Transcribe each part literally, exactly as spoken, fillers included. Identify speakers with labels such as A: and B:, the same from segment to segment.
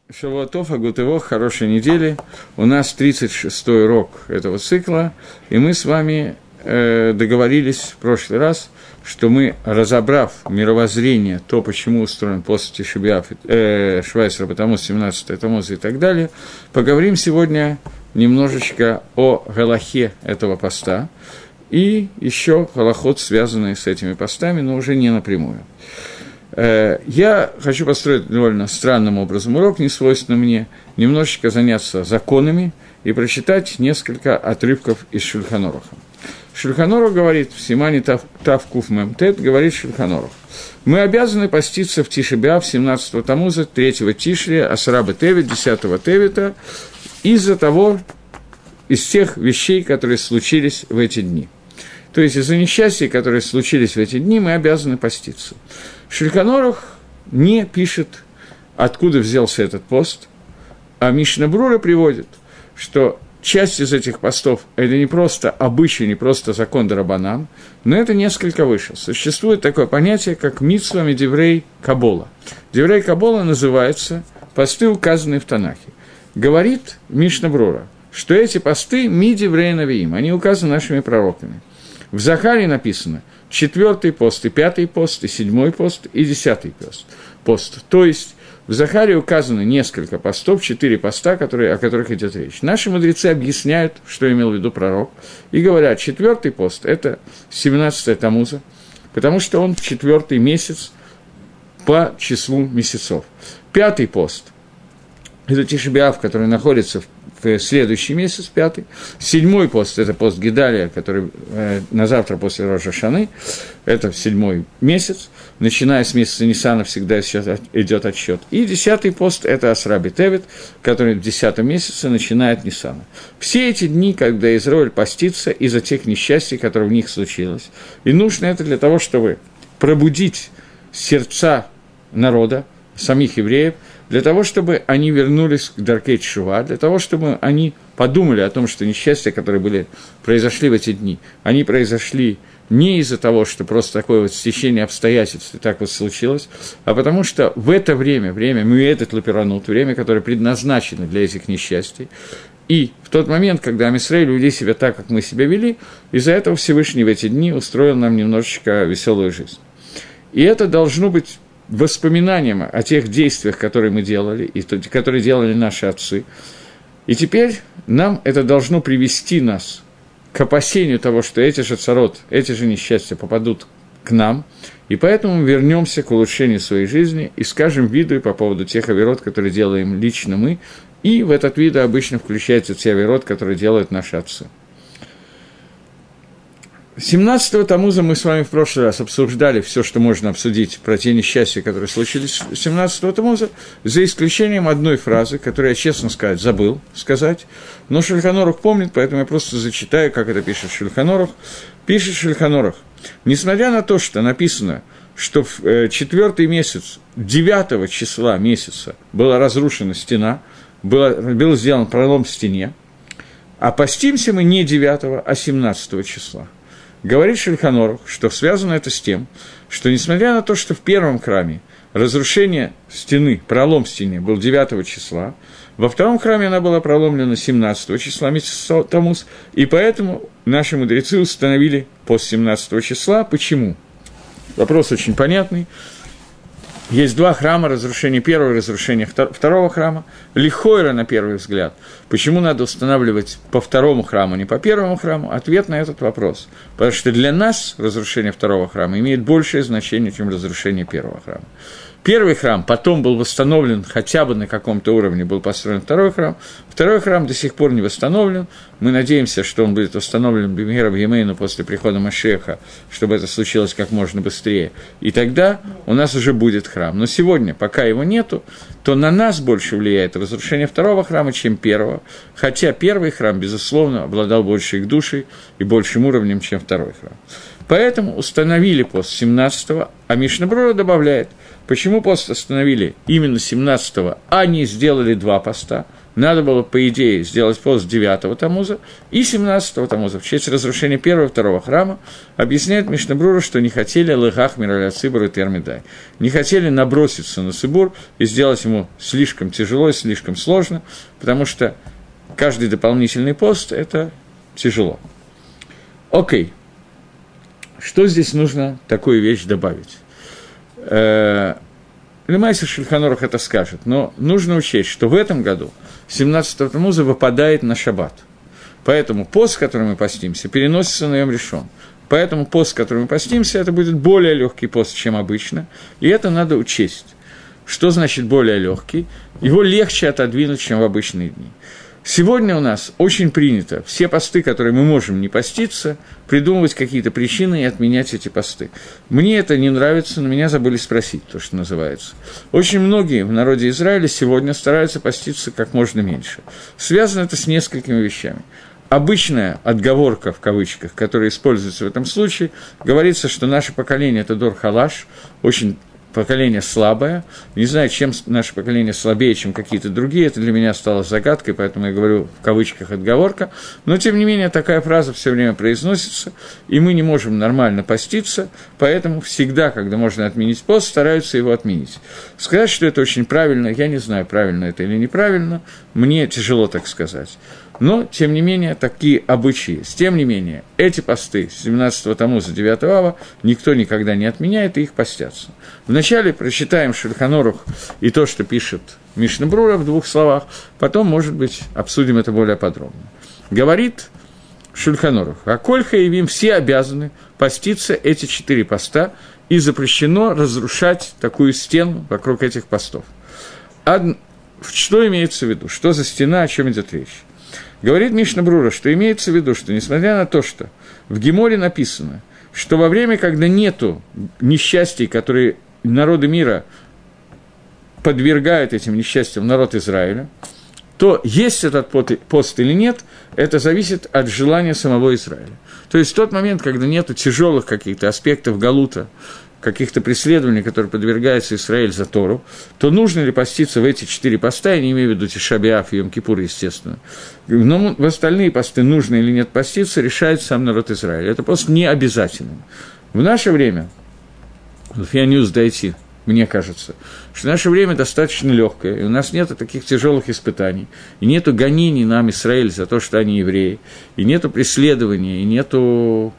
A: Шавуатов, Агутывох, хорошей недели. У нас тридцать шестой урок этого цикла, и мы с вами э, договорились в прошлый раз, что мы, разобрав мировоззрение, то, почему устроен пост Тиши б'Ав, э, Швайцера, потому семнадцатое Тамуза и так далее, поговорим сегодня немножечко о галахе этого поста и еще галахот, связанные с этими постами, но уже не напрямую. Я хочу построить довольно странным образом урок, не свойственно мне, немножечко заняться законами и прочитать несколько отрывков из Шульхан Аруха. Шульхан Арух говорит, в Симане Тав, Тав Куф Мем Тет, говорит Шульхан Арух: мы обязаны поститься в Тиши б'Ав семнадцатого Тамуза, третьего Тишри, Асара б'Тевет, десятого Тевета, из-за того, из тех вещей, которые случились в эти дни. То есть из-за несчастий, которые случились в эти дни, мы обязаны поститься. Шульхан Арух не пишет, откуда взялся этот пост, а Мишна Брура приводит, что часть из этих постов – это не просто обычай, не просто закон д'Рабанан, но это несколько выше. Существует такое понятие, как мицва мидиврей кабола. Диврей кабола называется посты, указанные в Танахе. Говорит Мишна Брура, что эти посты мидиврей навиим, они указаны нашими пророками. В Захаре написано четвертый пост, и пятый пост, и седьмой пост, и десятый пост. пост. То есть в Захаре указано несколько постов, четыре поста, которые, о которых идет речь. Наши мудрецы объясняют, что имел в виду пророк, и говорят, четвертый пост – это семнадцатое Тамуза, потому что он четвертый месяц по числу месяцев. Пятый пост – это Тиши б'Ав, который находится в в следующий месяц, пятый. Седьмой пост – это пост Гедалия, который э, на завтра после Рош ха-Шаны, это седьмой месяц, начиная с месяца Ниссана всегда идет отсчет. И десятый пост – это Асара б'Тевет, который в десятом месяце начинает Ниссана. Все эти дни, когда Израиль постится из-за тех несчастий, которые в них случилось, и нужно это для того, чтобы пробудить сердца народа, самих евреев, для того, чтобы они вернулись к Даркей Тшува, для того, чтобы они подумали о том, что несчастья, которые были, произошли в эти дни, они произошли не из-за того, что просто такое вот стечение обстоятельств и так вот случилось, а потому что в это время, время Мюэдет Лаперанут, время, которое предназначено для этих несчастий, и в тот момент, когда Ам Исраэль вели себя так, как мы себя вели, из-за этого Всевышний в эти дни устроил нам немножечко веселую жизнь. И это должно быть воспоминанием о тех действиях, которые мы делали, и которые делали наши отцы. И теперь нам это должно привести нас к опасению того, что эти же царот, эти же несчастья попадут к нам, и поэтому мы вернемся к улучшению своей жизни и скажем виду по поводу тех авирот, которые делаем лично мы, и в этот виду обычно включаются те авирот, которые делают наши отцы. семнадцатого Тамуза мы с вами в прошлый раз обсуждали все, что можно обсудить про те несчастья, которые случились семнадцатого Тамуза, за исключением одной фразы, которую я, честно сказать, забыл сказать, но Шульхан Арух помнит, поэтому я просто зачитаю, как это пишет Шульхан Арух. Пишет Шульхан Арух: несмотря на то, что написано, что в четвертый месяц, девятого числа месяца была разрушена стена, было, был сделан пролом в стене, а постимся мы не девятого, а семнадцатого числа. Говорит Шульхан Арух, что связано это с тем, что несмотря на то, что в первом храме разрушение стены, пролом в стене был девятого числа, во втором храме она была проломлена семнадцатого числа, месяц Тамуз, и поэтому наши мудрецы установили пост семнадцатого числа. Почему? Вопрос очень понятный. Есть два храма, разрушение первого и разрушение второго храма. Лихойра, на первый взгляд. Почему надо устанавливать по второму храму, не по первому храму? Ответ на этот вопрос. Потому что для нас разрушение второго храма имеет большее значение, чем разрушение первого храма. Первый храм потом был восстановлен, хотя бы на каком-то уровне был построен второй храм. Второй храм до сих пор не восстановлен. Мы надеемся, что он будет восстановлен Бимера Бьемейну после прихода Машеха, чтобы это случилось как можно быстрее. И тогда у нас уже будет храм. Но сегодня, пока его нету, то на нас больше влияет разрушение второго храма, чем первого. Хотя первый храм, безусловно, обладал большей их душей и большим уровнем, чем второй храм. Поэтому установили пост семнадцатого, а Мишна Брура добавляет, почему пост остановили именно семнадцатого, а не сделали два поста. надо было, по идее, сделать пост девятого Тамуза и семнадцатого Тамуза в честь разрушения первого и второго храма. Объясняет Мишна Брура, что не хотели лыгах мираля цибур и термидай. Не хотели наброситься на цибур и сделать ему слишком тяжело и слишком сложно, потому что каждый дополнительный пост – это тяжело. Окей. Что здесь нужно такую вещь добавить? Лемайса Шульхан Арух это скажет, но нужно учесть, что в этом году семнадцатого Тамуза выпадает на шаббат. Поэтому пост, который мы постимся, переносится на Йом Ришон. Поэтому пост, который мы постимся, это будет более легкий пост, чем обычно, и это надо учесть. Что значит более легкий? Его легче отодвинуть, чем в обычные дни. Сегодня у нас очень принято все посты, которые мы можем не поститься, придумывать какие-то причины и отменять эти посты. Мне это не нравится, но меня забыли спросить, то, что называется. Очень многие в народе Израиля сегодня стараются поститься как можно меньше. Связано это с несколькими вещами. Обычная отговорка, в кавычках, которая используется в этом случае, говорится, что наше поколение – это дор халаш, очень поколение слабое. Не знаю, чем наше поколение слабее, чем какие-то другие. Это для меня стало загадкой, поэтому я говорю в кавычках «отговорка». Но, тем не менее, такая фраза все время произносится, и мы не можем нормально поститься, поэтому всегда, когда можно отменить пост, стараются его отменить. Сказать, что это очень правильно, я не знаю, правильно это или неправильно, мне тяжело так сказать. Но, тем не менее, такие обычаи есть. Тем не менее, эти посты семнадцатого Тамуза, девятого Ава никто никогда не отменяет, и их постятся. Вначале прочитаем Шульхан Арух и то, что пишет Мишна Брура в двух словах, потом, может быть, обсудим это более подробно. Говорит Шульхан Арух: «А коль хаевим, все обязаны поститься эти четыре поста, и запрещено разрушать такую стену вокруг этих постов». Од... Что имеется в виду? Что за стена, о чем идет речь? Говорит Мишна Брура, что имеется в виду, что несмотря на то, что в Геморе написано, что во время, когда нету несчастий, которые народы мира подвергают этим несчастьям народ Израиля, то есть этот пост или нет, это зависит от желания самого Израиля. То есть в тот момент, когда нету тяжелых каких-то аспектов галута, каких-то преследований, которые подвергается Израиль за Тору, то нужно ли поститься в эти четыре поста, я не имею в виду Тиша б'Ав и Йом-Кипур, естественно, но в остальные посты нужно или нет поститься, решает сам народ Израиля. Это пост не обязательный. В наше время, в Фианьюз дойти, мне кажется, что наше время достаточно легкое, и у нас нет таких тяжелых испытаний, и нету гонений нам, Израиль, за то, что они евреи, и нету преследования, и нету...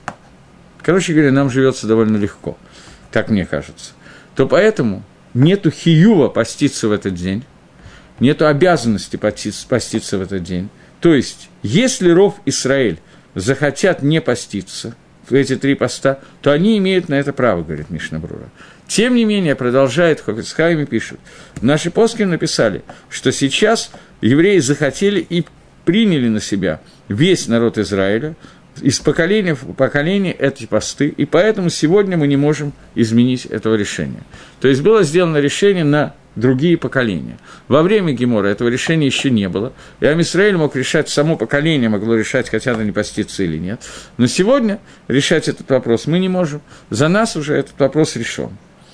A: Короче говоря, нам живется довольно легко, так мне кажется. То поэтому нету хиюва поститься в этот день, нету обязанности поститься в этот день. То есть, если ров Исраэль захотят не поститься в эти три поста, то они имеют на это право, говорит Мишна Брура. Тем не менее, продолжает Хафец Хаим и пишет, наши поски написали, что сейчас евреи захотели и приняли на себя весь народ Израиля, из поколения в поколение эти посты, и поэтому сегодня мы не можем изменить этого решения. То есть было сделано решение на другие поколения. Во время Гемора этого решения еще не было, и Ам Исраэль мог решать, само поколение могло решать, хотят они поститься или нет. Но сегодня решать этот вопрос мы не можем, за нас уже этот вопрос решен.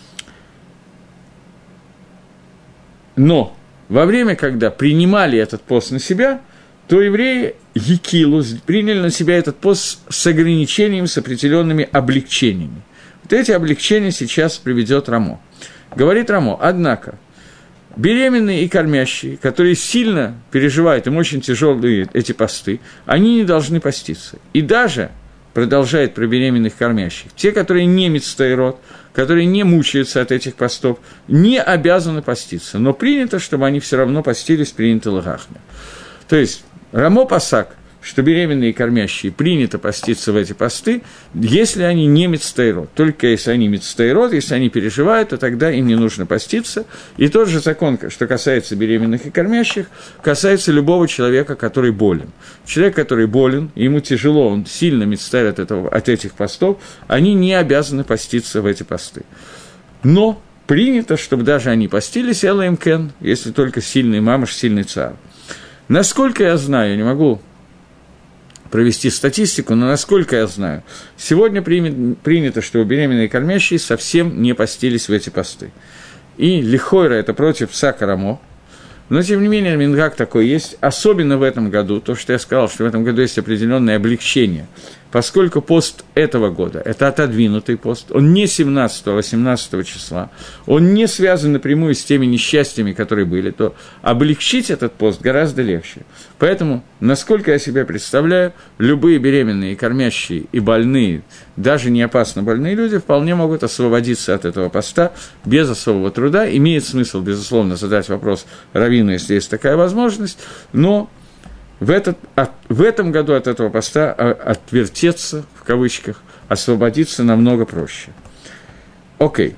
A: Но во время, когда принимали этот пост на себя, то евреи Екилу приняли на себя этот пост с ограничением, с определенными облегчениями. Вот эти облегчения сейчас приведет Рамо. Говорит Рамо, однако, беременные и кормящие, которые сильно переживают, им очень тяжелые эти посты, они не должны поститься. И даже, продолжает про беременных кормящих, те, которые не мицтаирот, которые не мучаются от этих постов, не обязаны поститься. Но принято, чтобы они все равно постились, принято лагахме. То есть, Рамо пасак, что беременные и кормящие принято поститься в эти посты, если они не мицтаирот. Только если они мицтаирот, если они переживают, то тогда им не нужно поститься. И тот же закон, что касается беременных и кормящих, касается любого человека, который болен. Человек, который болен, ему тяжело, он сильно мицтаирот от, от этих постов, они не обязаны поститься в эти посты. Но принято, чтобы даже они постились, элэм кен, если только сильный мамаш, сильный царь. Насколько я знаю, я не могу провести статистику, но насколько я знаю, сегодня принято, что беременные и кормящие совсем не постились в эти посты. И лихойра – это против Псака Рамо, Но, тем не менее, мингаг такой есть, особенно в этом году, то, что я сказал, что в этом году есть определенное облегчение, поскольку пост этого года – это отодвинутый пост, он не семнадцатого, восемнадцатого числа, он не связан напрямую с теми несчастьями, которые были, то облегчить этот пост гораздо легче. Поэтому, насколько я себе представляю, любые беременные, кормящие и больные, даже не опасно больные люди, вполне могут освободиться от этого поста без особого труда. Имеет смысл, безусловно, задать вопрос раввину, если есть такая возможность, но в, этот, от, в этом году от этого поста отвертеться, в кавычках, освободиться намного проще. Окей.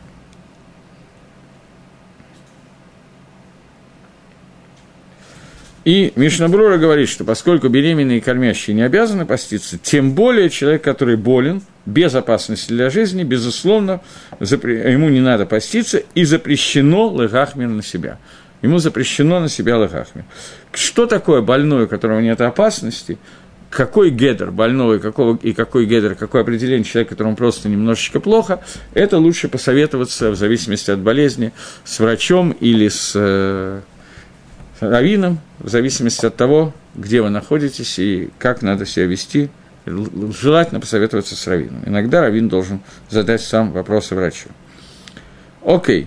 A: И Мишна Брура говорит, что поскольку беременные и кормящие не обязаны поститься, тем более человек, который болен, без опасности для жизни, безусловно, запре... ему не надо поститься, и запрещено легахмир на себя. Ему запрещено на себя легахмир. Что такое больной, у которого нет опасности? Какой гедер больного и, какого, и какой гедер, какое определение человека, которому просто немножечко плохо, это лучше посоветоваться в зависимости от болезни с врачом или с раввином, в зависимости от того, где вы находитесь и как надо себя вести. Желательно посоветоваться с раввином. Иногда раввин должен задать сам вопросы врачу. Окей.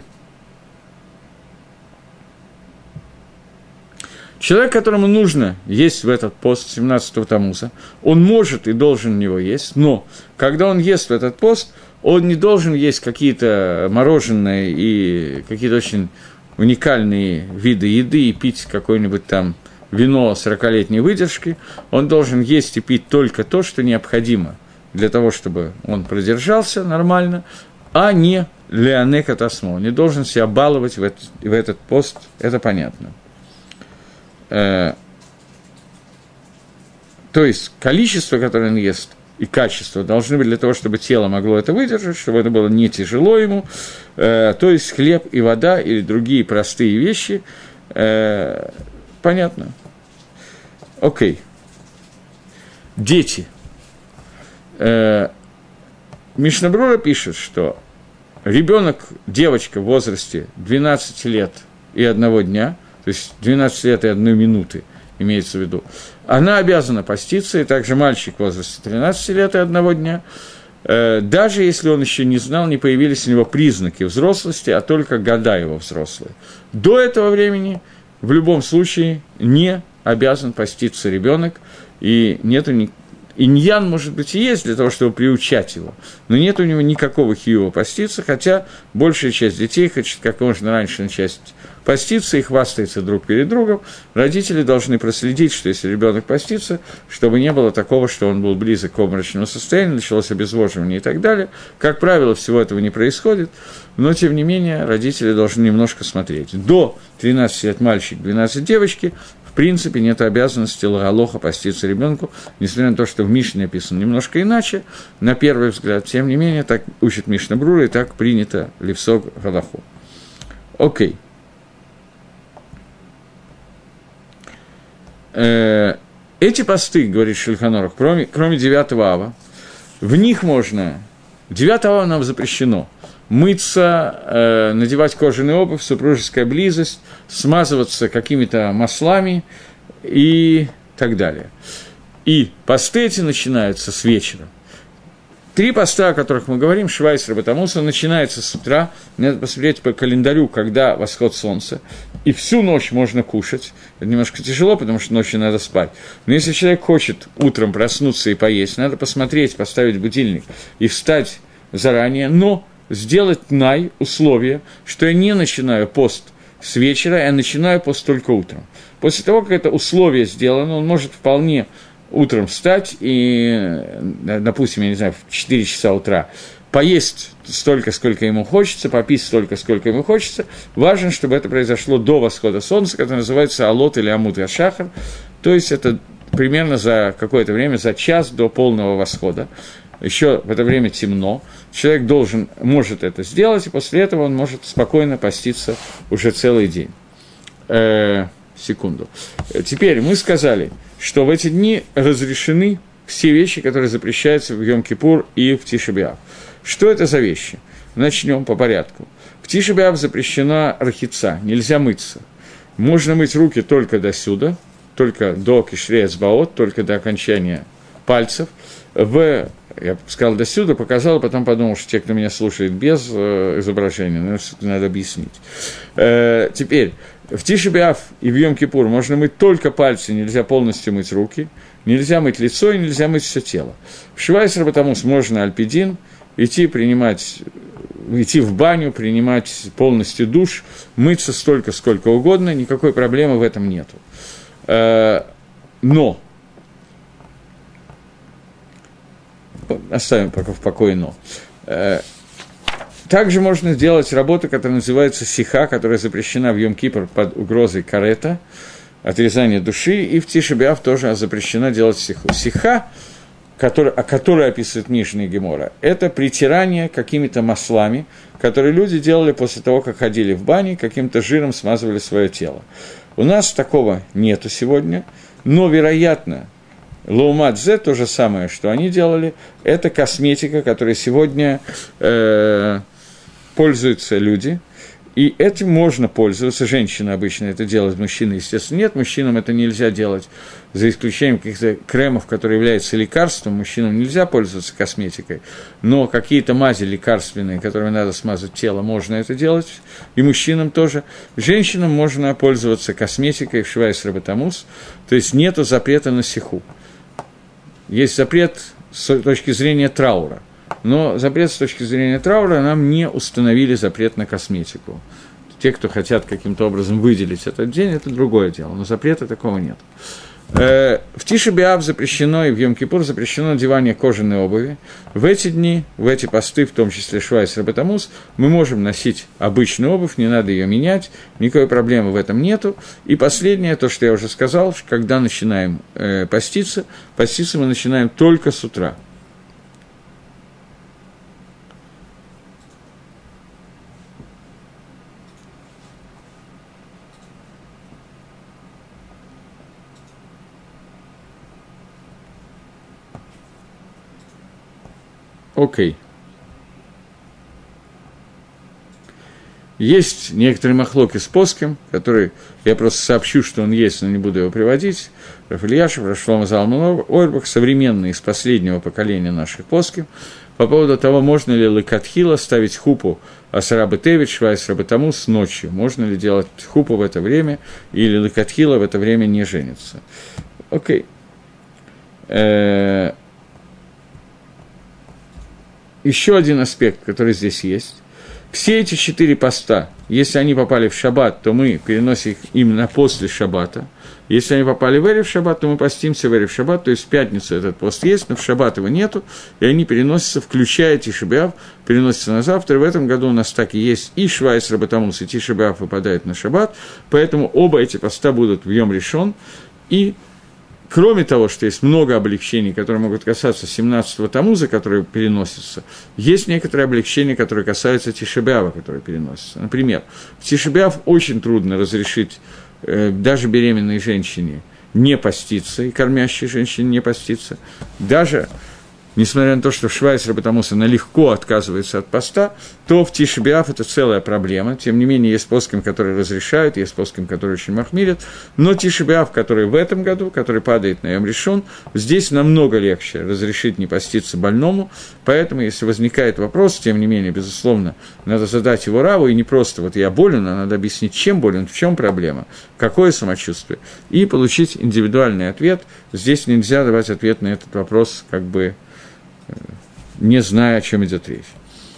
A: Человек, которому нужно есть в этот пост семнадцатого Тамуза, он может и должен в него есть, но когда он ест в этот пост, он не должен есть какие-то мороженые и какие-то очень уникальные виды еды и пить какое-нибудь там вино сорокалетней выдержки. Он должен есть и пить только то, что необходимо для того, чтобы он продержался нормально, а не леонека тасмо. Он не должен себя баловать в этот, в этот пост, это понятно. Э, то есть количество, которое он ест, и качество должны быть для того, чтобы тело могло это выдержать, чтобы это было не тяжело ему. Э, то есть хлеб и вода или другие простые вещи. Э, понятно? Окей. Дети. Э, Мишна Брура пишет, что ребенок, девочка в возрасте двенадцати лет и одного дня, то есть двенадцать лет и одной минуты, имеется в виду, она обязана поститься, и также мальчик в возрасте тринадцати лет и одного дня, э, даже если он еще не знал, не появились у него признаки взрослости, а только года его взрослые. До этого времени в любом случае не обязан поститься ребенок, и нету ни... Иньян, может быть, и есть для того, чтобы приучать его, но нет у него никакого хиюва поститься, хотя большая часть детей хочет как можно раньше начать поститься и хвастается друг перед другом. Родители должны проследить, что если ребенок постится, чтобы не было такого, что он был близок к обморочному состоянию, началось обезвоживание и так далее. Как правило, всего этого не происходит, но, тем не менее, родители должны немножко смотреть. До тринадцати лет мальчик, двенадцати девочки, в принципе, нет обязанности лагалоха поститься ребенку, несмотря на то, что в Мишне написано немножко иначе, на первый взгляд, тем не менее, так учит Мишна Брура, и так принято лифсок галаху. Окей. Эти посты, говорит Шульхан Арух, кроме, кроме девятого ава, в них можно, девятого ава нам запрещено мыться, э, надевать кожаную обувь, супружеская близость, смазываться какими-то маслами и так далее. И посты эти начинаются с вечера. Три поста, о которых мы говорим, Швайс Рабатамуса, начинается с утра, надо посмотреть по календарю, когда восход солнца, и всю ночь можно кушать. Это немножко тяжело, потому что ночью надо спать. Но если человек хочет утром проснуться и поесть, надо посмотреть, поставить будильник и встать заранее, но сделать най, условие, что я не начинаю пост с вечера, я начинаю пост только утром. После того, как это условие сделано, он может вполне утром встать и, допустим, я не знаю, в четыре часа утра поесть столько, сколько ему хочется, попить столько, сколько ему хочется. Важно, чтобы это произошло до восхода солнца, которое называется алот или амут га-шахар, то есть это примерно за какое-то время, за час до полного восхода. Еще в это время темно, человек должен, может это сделать, и после этого он может спокойно поститься уже целый день. Э, секунду. Теперь мы сказали, что в эти дни разрешены все вещи, которые запрещаются в Йом-Кипур и в Тиша-б'Ав. Что это за вещи? Начнем по порядку. В Тиша-б'Ав запрещена рахица, нельзя мыться. Можно мыть руки только до сюда, только до кишрей эцбаот, только до окончания пальцев. В, я сказал до сюда, показал, потом подумал, что те, кто меня слушает без э, изображения, ну, надо объяснить. Э, теперь, в Тише б'Ав и в Йом-Кипур можно мыть только пальцы, нельзя полностью мыть руки, нельзя мыть лицо и нельзя мыть все тело. В Швайс Рабатамус можно альпидин, идти принимать, идти в баню, принимать полностью душ, мыться столько, сколько угодно, никакой проблемы в этом нету. Но, оставим пока в покое но, также можно сделать работу, которая называется сиха, которая запрещена в Йом-Кипур под угрозой карета, отрезания души, и в Тише б'Ав тоже запрещено делать сиху. Сиха, который, которую описывает Мишна Гемора, это притирание какими-то маслами, которые люди делали после того, как ходили в бане, каким-то жиром смазывали свое тело. У нас такого нету сегодня, но, вероятно, Лаумат-Зе, то же самое, что они делали, это косметика, которой сегодня э, пользуются люди, и этим можно пользоваться. Женщины обычно это делают, мужчины, естественно, нет. Мужчинам это нельзя делать, за исключением каких-то кремов, которые являются лекарством. Мужчинам нельзя пользоваться косметикой, но какие-то мази лекарственные, которыми надо смазать тело, можно это делать, и мужчинам тоже. Женщинам можно пользоваться косметикой в Швайс Рабатамус, то есть нету запрета на сиху. Есть запрет с точки зрения траура. Но запрет с точки зрения траура нам не установили запрет на косметику. Те, кто хотят каким-то образом выделить этот день, это другое дело, но запрета такого нет. Э, в Тише б'Ав запрещено и в Йом-Кипур запрещено надевание кожаной обуви. В эти дни, в эти посты, в том числе Швайс Рабатамус, мы можем носить обычную обувь, не надо ее менять, никакой проблемы в этом нету. И последнее, то, что я уже сказал, когда начинаем э, поститься, поститься мы начинаем только с утра. Окей. Okay. Есть некоторые махлоки с поским, которые, я просто сообщу, что он есть, но не буду его приводить. Рав Ильяшев, Рав Шломо Залман Ойрбах, современные из последнего поколения наших поским, по поводу того, можно ли лекатхила ставить хупу асара бетевит, Швайс Рабатамус ночью, можно ли делать хупу в это время, или лекатхила в это время не женится. Окей. Okay. Еще один аспект, который здесь есть. Все эти четыре поста, если они попали в шаббат, то мы переносим их именно после шаббата. Если они попали в эрев шаббат, то мы постимся в эрев шаббат, то есть в пятницу этот пост есть, но в шаббат его нету, и они переносятся, включая Тише б'Ав, переносятся на завтра. В этом году у нас так и есть и Швайс Рабатамус, и Тише б'Ав выпадают на шаббат, поэтому оба эти поста будут в Йом Ришон, и кроме того, что есть много облегчений, которые могут касаться семнадцатого Тамуза, которые переносятся, есть некоторые облегчения, которые касаются Тише б'Ава, которые переносятся. Например, в Тише б'Ав очень трудно разрешить э, даже беременной женщине не поститься, и кормящей женщине не поститься. Даже, несмотря на то, что в Швайс Рабатамус она легко отказывается от поста, то в Тише б'Ав это целая проблема. Тем не менее, есть поским, которые разрешают, есть поским, которые очень махмирят. Но Тише б'Ав, который в этом году, который падает на Йом Ришон, здесь намного легче разрешить не поститься больному. Поэтому, если возникает вопрос, тем не менее, безусловно, надо задать его раву, и не просто вот я болен, а надо объяснить, чем болен, в чем проблема, какое самочувствие, и получить индивидуальный ответ. Здесь нельзя давать ответ на этот вопрос, как бы не зная, о чем идет речь.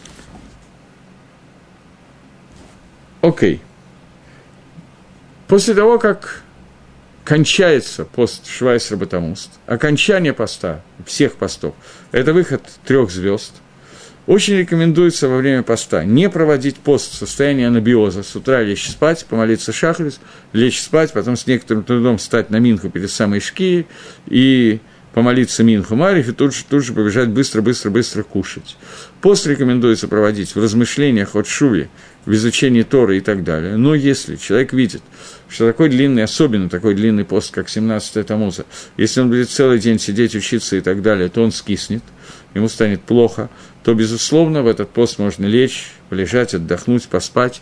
A: Окей. Okay. После того, как кончается пост Швайс Рабатамус, окончание поста, всех постов, это выход трех звезд, очень рекомендуется во время поста не проводить пост в состоянии анабиоза, с утра лечь спать, помолиться шахрис, лечь спать, потом с некоторым трудом встать на минху перед самой шкией и помолиться Минху Мариф и тут же, тут же побежать быстро-быстро-быстро кушать. Пост рекомендуется проводить в размышлениях от Шуве, в изучении Торы и так далее. Но если человек видит, что такой длинный, особенно такой длинный пост, как семнадцатое Тамуза, если он будет целый день сидеть, учиться и так далее, то он скиснет, ему станет плохо, то, безусловно, в этот пост можно лечь, полежать, отдохнуть, поспать.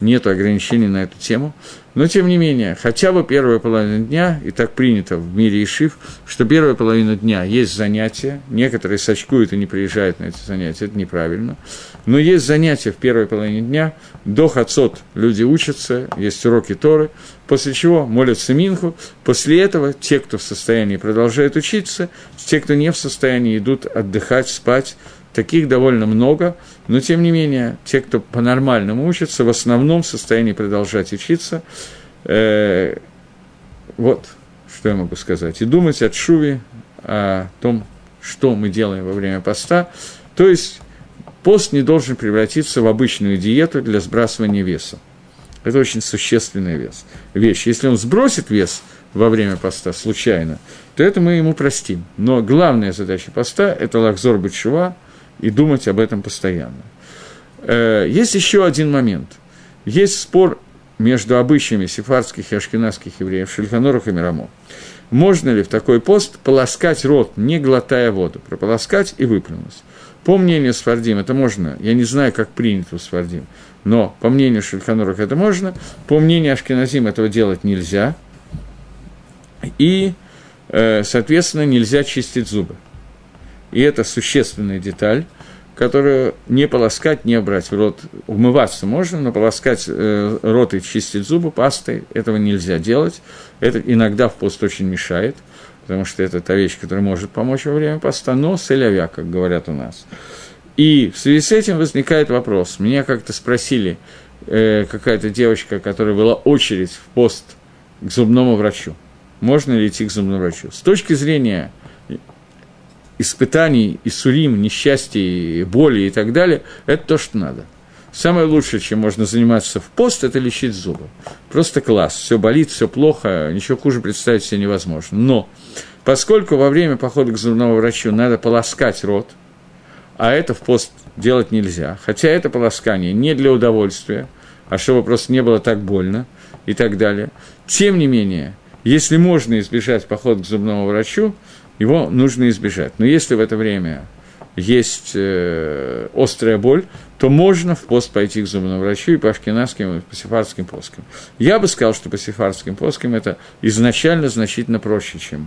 A: нет ограничений на эту тему. Но, тем не менее, хотя бы первая половина дня, и так принято в мире ишив, что первая половина дня есть занятия, некоторые сочкуют и не приезжают на эти занятия, это неправильно, но есть занятия в первой половине дня, до хацот люди учатся, есть уроки Торы, после чего молятся минху, после этого те, кто в состоянии, продолжают учиться, те, кто не в состоянии, идут отдыхать, спать. Таких довольно много, но, тем не менее, те, кто по-нормальному учатся, в основном в состоянии продолжать учиться. Э, вот, что я могу сказать. И думать о тшуве, о том, что мы делаем во время поста. То есть, пост не должен превратиться в обычную диету для сбрасывания веса. Это очень существенная вес, вещь. Если он сбросит вес во время поста случайно, то это мы ему простим. Но главная задача поста – это лахзор бет-шува, и думать об этом постоянно. Есть еще один момент. Есть спор между обычаями сефардских и ашкеназских евреев, Шульхан Арух и Мирамо. Можно ли в такой пост полоскать рот, не глотая воду, прополоскать и выплюнуть? По мнению сефардим это можно, я не знаю, как принято у сефардим, но по мнению Шульхан Арух это можно, по мнению ашкеназим этого делать нельзя, и, соответственно, нельзя чистить зубы. И это существенная деталь, которую не полоскать, не брать в рот. Умываться можно, но полоскать э, рот и чистить зубы пастой, этого нельзя делать. Это иногда в пост очень мешает, потому что это та вещь, которая может помочь во время поста, но селявя, как говорят у нас. И в связи с этим возникает вопрос. Меня как-то спросили, э, какая-то девочка, которая была очередь в пост к зубному врачу. Можно ли идти к зубному врачу? С точки зрения испытаний, иссурим, несчастий, боли и так далее, это то, что надо. Самое лучшее, чем можно заниматься в пост, это лечить зубы. Просто класс, все болит, все плохо, ничего хуже представить себе невозможно. Но поскольку во время похода к зубному врачу надо полоскать рот, а это в пост делать нельзя, хотя это полоскание не для удовольствия, а чтобы просто не было так больно и так далее, тем не менее, если можно избежать похода к зубному врачу, его нужно избежать. Но если в это время есть э, острая боль, то можно в пост пойти к зубному врачу и по ашкеназским, и по сефардским поским. Я бы сказал, что по сефардским поским это изначально значительно проще, чем...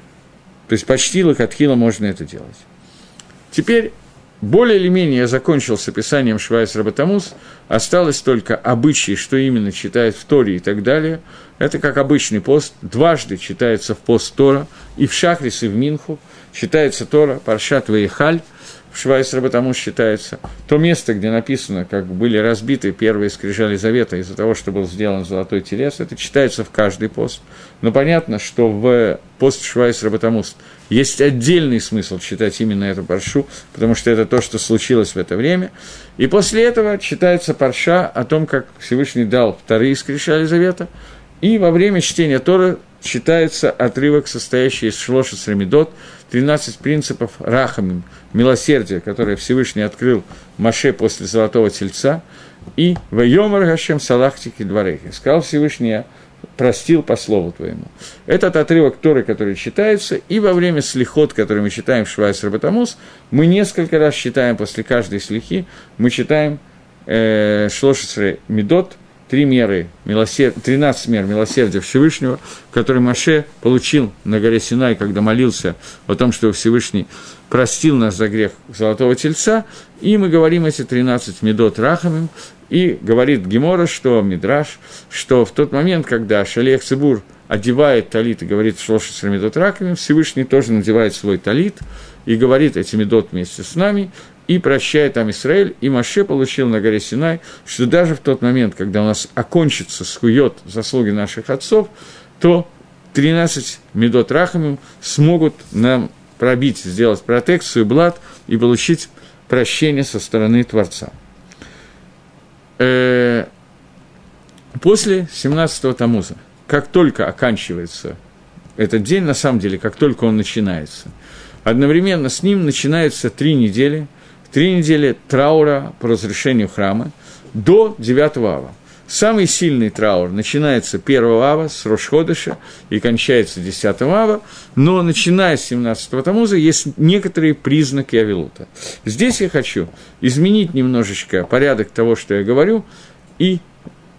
A: То есть почти лахатхила можно это делать. Теперь, более или менее, я закончил с описанием Швайс Рабатамус, осталось только обычаи, что именно читает в Торе и так далее. Это как обычный пост, дважды читается в пост Тора, и в Шахрис, и в Минху читается Тора, Паршат Ваихаль, в Швайс Рабатамус считается. То место, где написано, как были разбиты первые скрижали завета из-за того, что был сделан золотой телец, это читается в каждый пост. Но понятно, что в пост Швайс Рабатамус есть отдельный смысл читать именно эту паршу, потому что это то, что случилось в это время. И после этого читается парша о том, как Всевышний дал вторые скрижали завета, и во время чтения Торы читается отрывок, состоящий из шлошес ремидот, тринадцать принципов рахамим, милосердия, которое Всевышний открыл Моше после золотого тельца, и «Вайомар Гашем салахтики дворехи», сказал Всевышний, я простил по слову твоему. Этот отрывок Торы, который читается, и во время слихот, который мы читаем в Швайс Рабатамус, мы несколько раз читаем после каждой слихи, мы читаем э, шлошес ремидот, Три меры, милосерд... тринадцать мер милосердия Всевышнего, который Моше получил на горе Синай, когда молился о том, что Всевышний простил нас за грех Золотого Тельца, и мы говорим эти тринадцать медот рахамим, и говорит Гемора, что Мидраш, что в тот момент, когда Шалех Цибур одевает талит и говорит шлошес медот рахамим, Всевышний тоже надевает свой талит и говорит эти медот вместе с нами, и прощает Ам Исраэль, и Моше получил на горе Синай, что даже в тот момент, когда у нас окончится схует заслуги наших отцов, то тринадцать медот рахамим смогут нам пробить, сделать протекцию, блат и получить прощение со стороны Творца. После семнадцатого Тамуза, как только оканчивается этот день, на самом деле, как только он начинается, одновременно с ним начинаются три недели, Три недели траура по разрушению храма до девятого ава. Самый сильный траур начинается первого ава, с Рош-Ходеша, и кончается десятого ава, но начиная с семнадцатого Тамуза есть некоторые признаки Авилута. Здесь я хочу изменить немножечко порядок того, что я говорю, и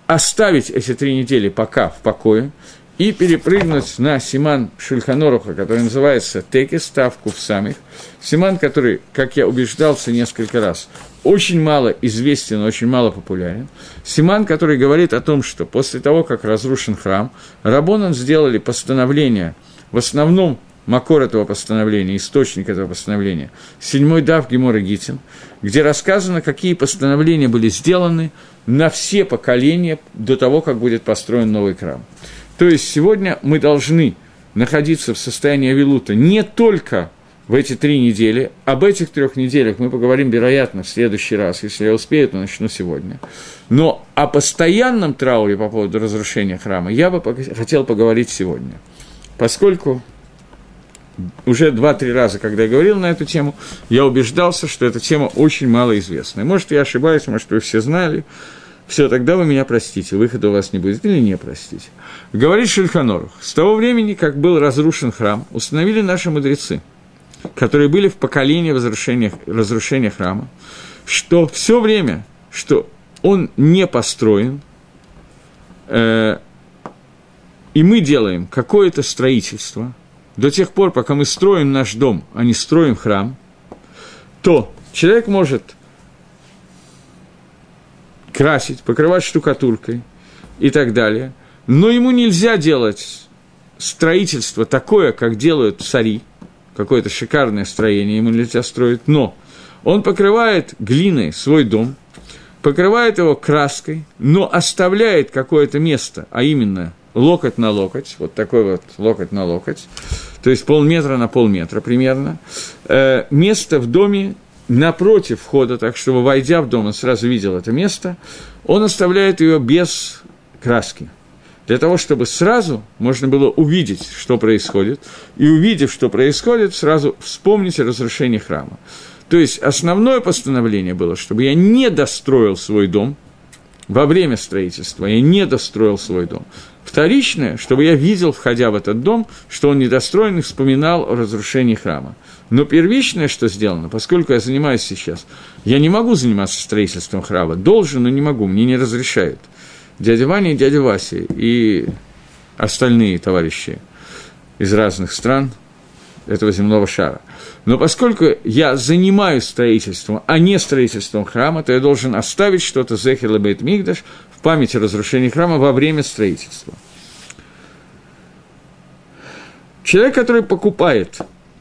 A: оставить эти три недели пока в покое и перепрыгнуть на симан Шульхан Аруха, который называется Текес, ставку в самих. Симан, который, как я убеждался несколько раз, очень мало известен, очень мало популярен. Симан, который говорит о том, что после того, как разрушен храм, раббанан сделали постановление, в основном макор этого постановления, источник этого постановления, седьмой дав Гемора Гитин, где рассказано, какие постановления были сделаны на все поколения до того, как будет построен новый храм. То есть сегодня мы должны находиться в состоянии авилута не только в эти три недели. Об этих трех неделях мы поговорим, вероятно, в следующий раз. Если я успею, то начну сегодня. Но о постоянном трауре по поводу разрушения храма я бы хотел поговорить сегодня. Поскольку уже два-три раза, когда я говорил на эту тему, я убеждался, что эта тема очень малоизвестная. Может, я ошибаюсь, может, вы все знали. Все, тогда вы меня простите, выхода у вас не будет, или не простите. Говорит Шульхан Арух, с того времени, как был разрушен храм, установили наши мудрецы, которые были в поколении разрушения, разрушения храма, что все время, что он не построен, э, и мы делаем какое-то строительство, до тех пор, пока мы строим наш дом, а не строим храм, то человек может красить, покрывать штукатуркой и так далее, но ему нельзя делать строительство такое, как делают цари, какое-то шикарное строение ему нельзя строить, но он покрывает глиной свой дом, покрывает его краской, но оставляет какое-то место, а именно локоть на локоть, вот такой вот локоть на локоть, то есть полметра на полметра примерно, э, место в доме напротив входа, так что, войдя в дом, он сразу видел это место, он оставляет ее без краски, для того, чтобы сразу можно было увидеть, что происходит, и, увидев, что происходит, сразу вспомнить о разрушении храма. То есть, основное постановление было, чтобы я не достроил свой дом во время строительства, я не достроил свой дом. Вторичное, чтобы я видел, входя в этот дом, что он недостроен, и вспоминал о разрушении храма. Но первичное, что сделано, поскольку я занимаюсь сейчас, я не могу заниматься строительством храма, должен, но не могу, мне не разрешают. Дядя Ваня и дядя Вася и остальные товарищи из разных стран этого земного шара. Но поскольку я занимаюсь строительством, а не строительством храма, то я должен оставить что-то зехер лебейт микдаш в памяти о разрушении храма во время строительства. Человек, который покупает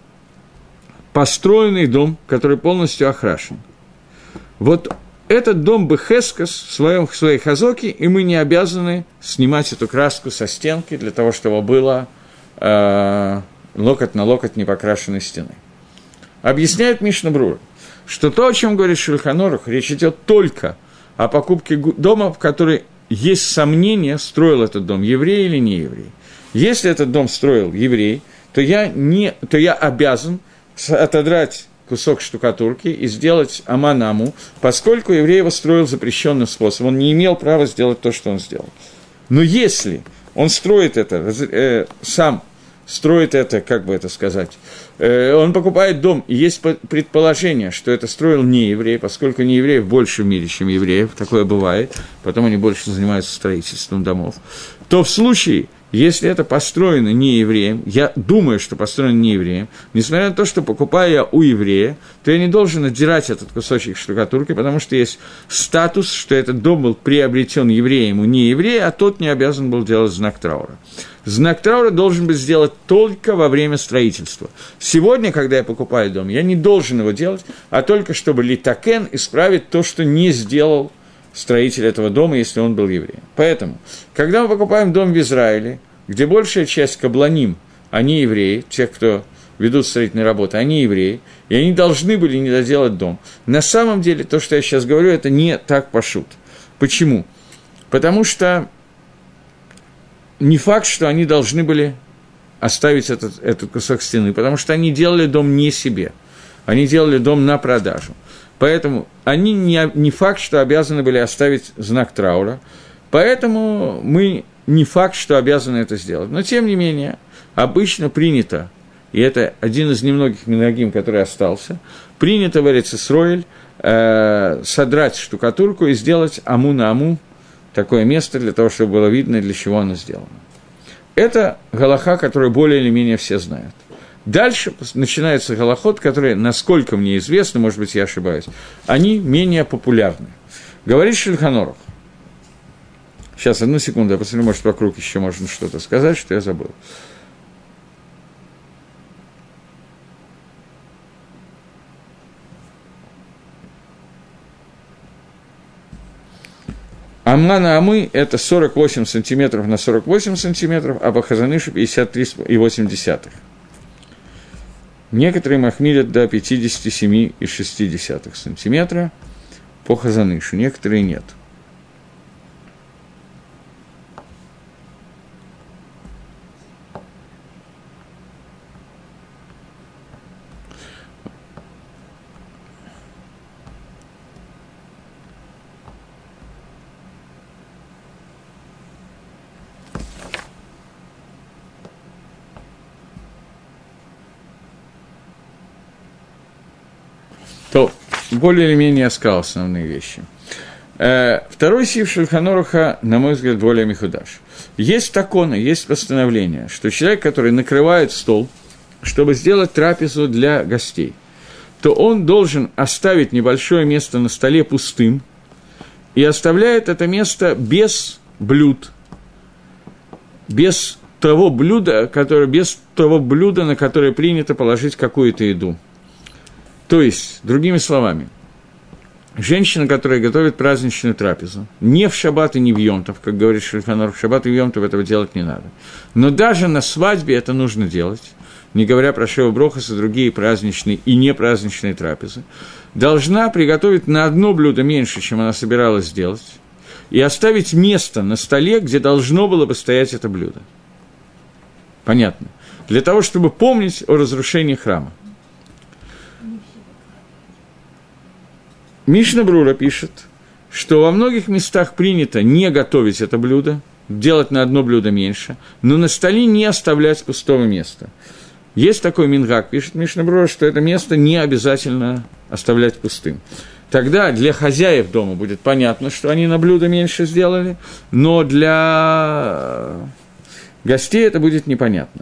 A: построенный дом, который полностью окрашен, вот этот дом бехескас в, своем, в своей хазоке, и мы не обязаны снимать эту краску со стенки для того, чтобы было э, локоть на локоть непокрашенной стены. Объясняет Мишна Брура, что то, о чем говорит Шульхан Арух, речь идет только о покупке дома, в который есть сомнение, строил этот дом еврей или не еврей. Если этот дом строил еврей, то я, не, то я обязан отодрать кусок штукатурки и сделать аман-аму, поскольку еврей его строил запрещенным способом, он не имел права сделать то, что он сделал. Но если он строит это, э, сам строит это, как бы это сказать, э, он покупает дом, и есть предположение, что это строил не еврей, поскольку не евреев больше в мире, чем евреев, такое бывает, потом они больше занимаются строительством домов, то в случае, если это построено не евреем, я думаю, что построено не евреем, несмотря на то, что покупаю я у еврея, то я не должен отдирать этот кусочек штукатурки, потому что есть статус, что этот дом был приобретен евреем у не еврея, а тот не обязан был делать знак траура. Знак траура должен быть сделан только во время строительства. Сегодня, когда я покупаю дом, я не должен его делать, а только чтобы литакен исправить то, что не сделал строитель этого дома, если он был евреем. Поэтому, когда мы покупаем дом в Израиле, где большая часть кабланим, они евреи, тех, кто ведут строительные работы, они евреи, и они должны были не доделать дом. На самом деле, то, что я сейчас говорю, это не так пашут. Почему? Потому что не факт, что они должны были оставить этот, этот кусок стены, потому что они делали дом не себе, они делали дом на продажу. Поэтому они не, не факт, что обязаны были оставить знак траура, поэтому мы не факт, что обязаны это сделать. Но, тем не менее, обычно принято, и это один из немногих минагим, который остался, принято в Эрец Исроэль э, содрать штукатурку и сделать аму на аму такое место для того, чтобы было видно, для чего оно сделано. Это галаха, которую более или менее все знают. Дальше начинается галахот, которые, насколько мне известно, может быть, я ошибаюсь, они менее популярны. Говорит Шульхан Арух. Сейчас, одну секунду, я посмотрю, может, вокруг еще можно что-то сказать, что я забыл. Аммана Амы – это сорок восемь сантиметров на сорок восемь сантиметров, а по Хазанышу – пятьдесят три и восемь десятых. Некоторые махмилят до пятьдесят семь и шесть десятых сантиметра по Хазанышу, некоторые нет. То более или менее я сказал основные вещи. Э, второй сив Шульхан Аруха, на мой взгляд, более михудаш. Есть законы, есть постановление, что человек, который накрывает стол, чтобы сделать трапезу для гостей, то он должен оставить небольшое место на столе пустым и оставляет это место без блюд, без того блюда, которое, без того блюда, на которое принято положить какую-то еду. То есть, другими словами, женщина, которая готовит праздничную трапезу, не в шаббат и не в йом-тов, как говорит Шульхан Арух, в шаббат и в йом-тов этого делать не надо. Но даже на свадьбе это нужно делать, не говоря про Шева Брохас и другие праздничные и непраздничные трапезы, должна приготовить на одно блюдо меньше, чем она собиралась сделать, и оставить место на столе, где должно было бы стоять это блюдо. Понятно? Для того, чтобы помнить о разрушении храма. Мишна Брура пишет, что во многих местах принято не готовить это блюдо, делать на одно блюдо меньше, но на столе не оставлять пустого места. Есть такой мингак, пишет Мишна Брура, что это место не обязательно оставлять пустым. Тогда для хозяев дома будет понятно, что они на блюдо меньше сделали, но для гостей это будет непонятно.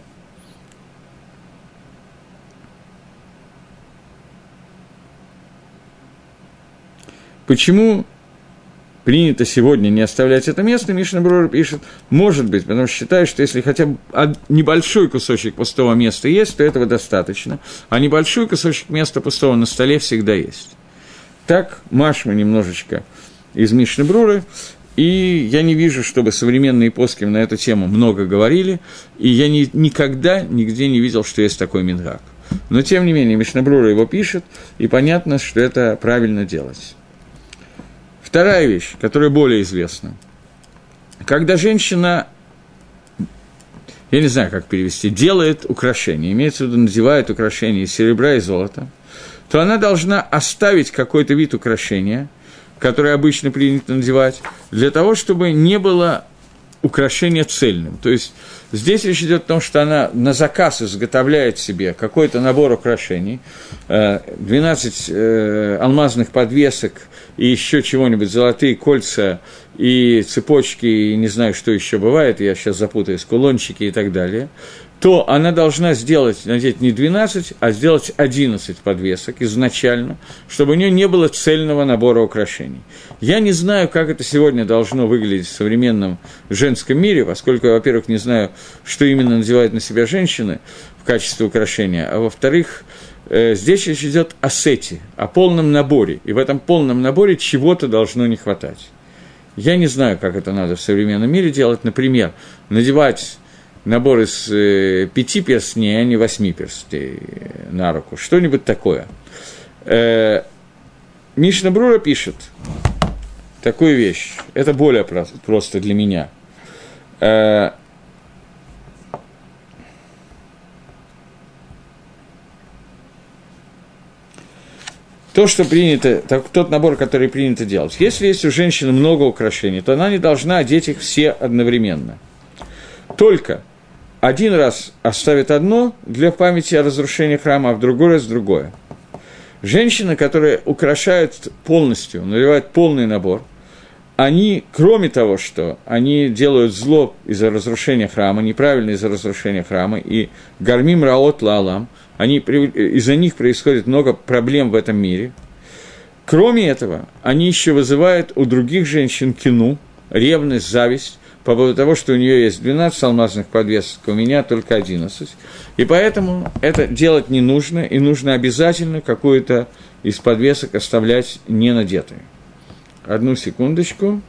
A: Почему принято сегодня не оставлять это место, Мишна Брура пишет, может быть, потому что считает, что если хотя бы небольшой кусочек пустого места есть, то этого достаточно, а небольшой кусочек места пустого на столе всегда есть. Так, машма немножечко из Мишны Бруры, и я не вижу, чтобы современные поским на эту тему много говорили, и я ни, никогда нигде не видел, что есть такой мингак. Но, тем не менее, Мишна Брура его пишет, и понятно, что это правильно делать. Вторая вещь, которая более известна. Когда женщина, я не знаю, как перевести, делает украшения, имеется в виду, надевает украшения из серебра и золота, то она должна оставить какой-то вид украшения, который обычно принято надевать, для того, чтобы не было украшения цельным. То есть здесь речь идет о том, что она на заказ изготовляет себе какой-то набор украшений, двенадцать алмазных подвесок и еще чего-нибудь, золотые кольца и цепочки, и не знаю, что еще бывает, я сейчас запутаюсь, кулончики и так далее, то она должна сделать, надеть не двенадцать, а сделать одиннадцать подвесок изначально, чтобы у нее не было цельного набора украшений. Я не знаю, как это сегодня должно выглядеть в современном женском мире, поскольку я, во-первых, не знаю, что именно надевают на себя женщины в качестве украшения, а во-вторых, э, здесь речь идет о сете, о полном наборе, и в этом полном наборе чего-то должно не хватать. Я не знаю, как это надо в современном мире делать, например, надевать набор из э, пяти перстней, а не восьми перстней на руку. Что-нибудь такое. Э, Мишна Брура пишет такую вещь. Это более про- просто для меня. Э, то, что принято, так, тот набор, который принято делать. Если есть у женщины много украшений, то она не должна одеть их все одновременно. Только один раз оставит одно для памяти о разрушении храма, а в другой раз другое. Женщина, которая украшает полностью, надевает полный набор, они, кроме того, что они делают зло из-за разрушения храма, неправильно из-за разрушения храма, и гармим раот лаалам, они, из-за них происходит много проблем в этом мире. Кроме этого, они еще вызывают у других женщин кину, ревность, зависть, по поводу того, что у нее есть двенадцать алмазных подвесок, у меня только одиннадцать. И поэтому это делать не нужно, и нужно обязательно какую-то из подвесок оставлять не надетой. Одну секундочку.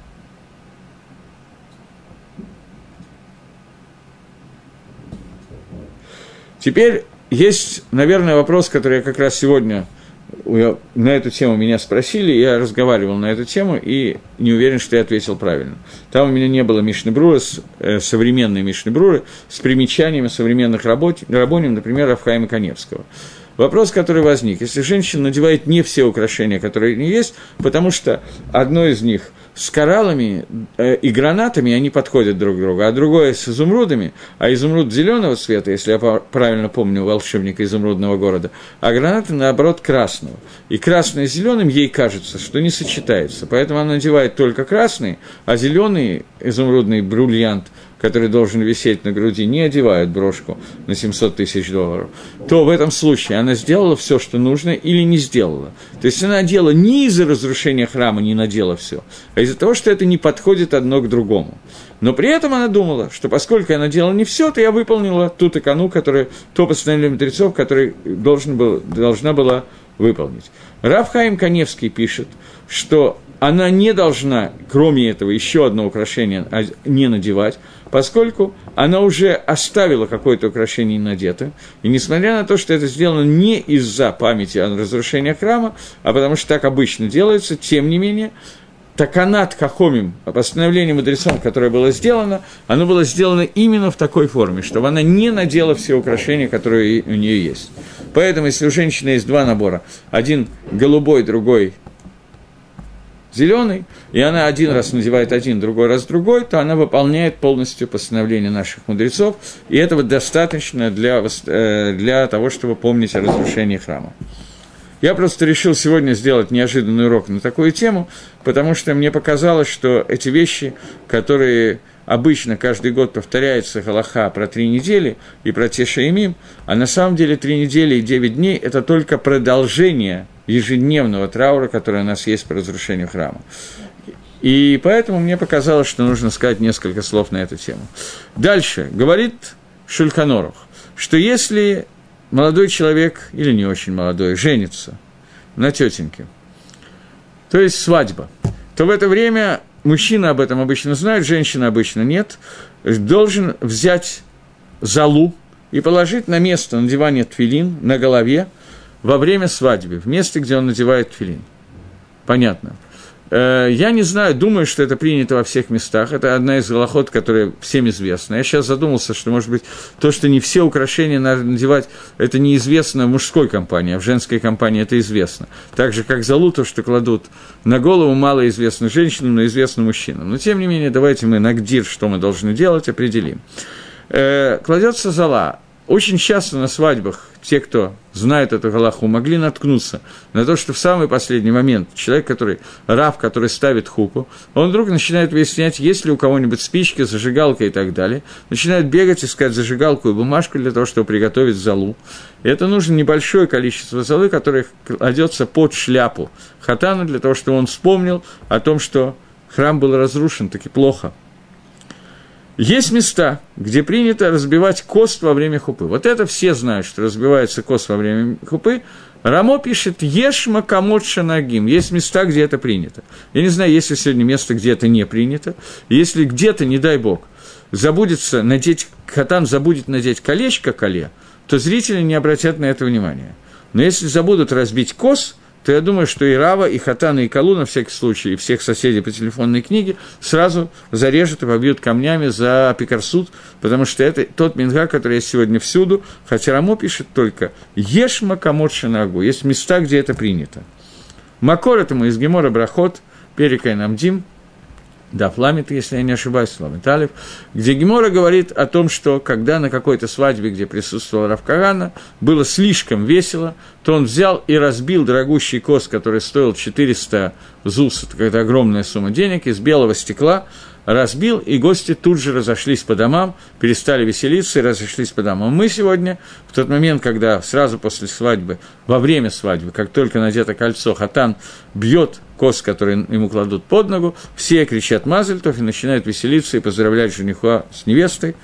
A: Теперь есть, наверное, вопрос, который я как раз сегодня, на эту тему меня спросили, я разговаривал на эту тему и не уверен, что я ответил правильно. Там у меня не было Мишны Брура, э, современной Мишны Бруры, с примечаниями современных работ, рабоним, например, Рав Хаима Каневского. Вопрос, который возник, если женщина надевает не все украшения, которые у нее есть, потому что одно из них с кораллами э, и гранатами, они подходят друг к другу, а другое с изумрудами, а изумруд зеленого цвета, если я правильно помню волшебника изумрудного города, а гранаты, наоборот, красного. И красное с зеленым ей кажется, что не сочетается, поэтому она надевает только красный, а зеленый изумрудный бриллиант, который должен висеть на груди, не одевают брошку на семьсот тысяч долларов, то в этом случае она сделала все, что нужно, или не сделала. То есть она одела не из-за разрушения храма, не надела все, а из-за того, что это не подходит одно к другому. Но при этом она думала, что поскольку я надела не все, то я выполнила ту такану, которую, то постановление мудрецов, который должен был, должна была выполнить. Рав Хаим Каневский пишет, что она не должна, кроме этого, еще одно украшение не надевать, поскольку она уже оставила какое-то украшение надето, и несмотря на то, что это сделано не из-за памяти о разрушении храма, а потому что так обычно делается, тем не менее, таканат хахомим, постановление мудрецов, которое было сделано, оно было сделано именно в такой форме, чтобы она не надела все украшения, которые у нее есть. Поэтому, если у женщины есть два набора, один голубой, другой зеленый, и она один раз надевает один, другой раз другой, то она выполняет полностью постановление наших мудрецов, и этого достаточно для, для того, чтобы помнить о разрушении храма. Я просто решил сегодня сделать неожиданный урок на такую тему, потому что мне показалось, что эти вещи, которые обычно каждый год повторяется галаха про три недели и про Тешаимим, а на самом деле три недели и девять дней – это только продолжение ежедневного траура, который у нас есть по разрушению храма. И поэтому мне показалось, что нужно сказать несколько слов на эту тему. Дальше говорит Шульхан Орух, что если молодой человек, или не очень молодой, женится на тетеньке, то есть свадьба, то в это время мужчина об этом обычно знает, женщина обычно нет, должен взять золу и положить на место надевания тфилин на голове во время свадьбы, в месте, где он надевает тфилин. Понятно. Я не знаю, думаю, что это принято во всех местах. Это одна из галахот, которая всем известна. Я сейчас задумался, что, может быть, то, что не все украшения надо надевать, это неизвестно в мужской компании, а в женской компании это известно. Так же, как золу, то, что кладут на голову, мало известно женщинам, но известно мужчинам. Но, тем не менее, давайте мы нагдир, что мы должны делать, определим. Кладется зола. Очень часто на свадьбах те, кто знает эту галаху, могли наткнуться на то, что в самый последний момент человек, который, рав, который ставит хупу, он вдруг начинает выяснять, есть ли у кого-нибудь спички, зажигалка и так далее, начинает бегать, искать зажигалку и бумажку для того, чтобы приготовить золу. И это нужно небольшое количество золы, которое кладется под шляпу хатана, для того, чтобы он вспомнил о том, что храм был разрушен, таки плохо. Есть места, где принято разбивать кост во время хупы. Вот это все знают, что разбивается кост во время хупы. Рамо пишет «Ешма камот шанагим». Есть места, где это принято. Я не знаю, есть ли сегодня место, где это не принято. Если где-то, не дай бог, забудется надеть, хатан забудет надеть колечко коле, то зрители не обратят на это внимания. Но если забудут разбить кост, то я думаю, что и Рава, и Хатана, и Калу, на всякий случай, и всех соседей по телефонной книге сразу зарежут и побьют камнями за пикарсут, потому что это тот минга, который есть сегодня всюду, хотя Рамо пишет только «Ешма камот шанагу». Есть места, где это принято. Макор этому из Гемора Брахот, Перика и Намдим, да, Фламит, если я не ошибаюсь, Фламит Алиф, где Гемора говорит о том, что когда на какой-то свадьбе, где присутствовал Рав Кагана, было слишком весело, то он взял и разбил дорогущий кос, который стоил четыреста зус, это какая-то огромная сумма денег, из белого стекла, разбил, и гости тут же разошлись по домам, перестали веселиться и разошлись по домам. Мы сегодня, в тот момент, когда сразу после свадьбы, во время свадьбы, как только надето кольцо, хатан бьет кость, который ему кладут под ногу, все кричат «Мазель тов» и начинают веселиться и поздравлять жениха с невестой.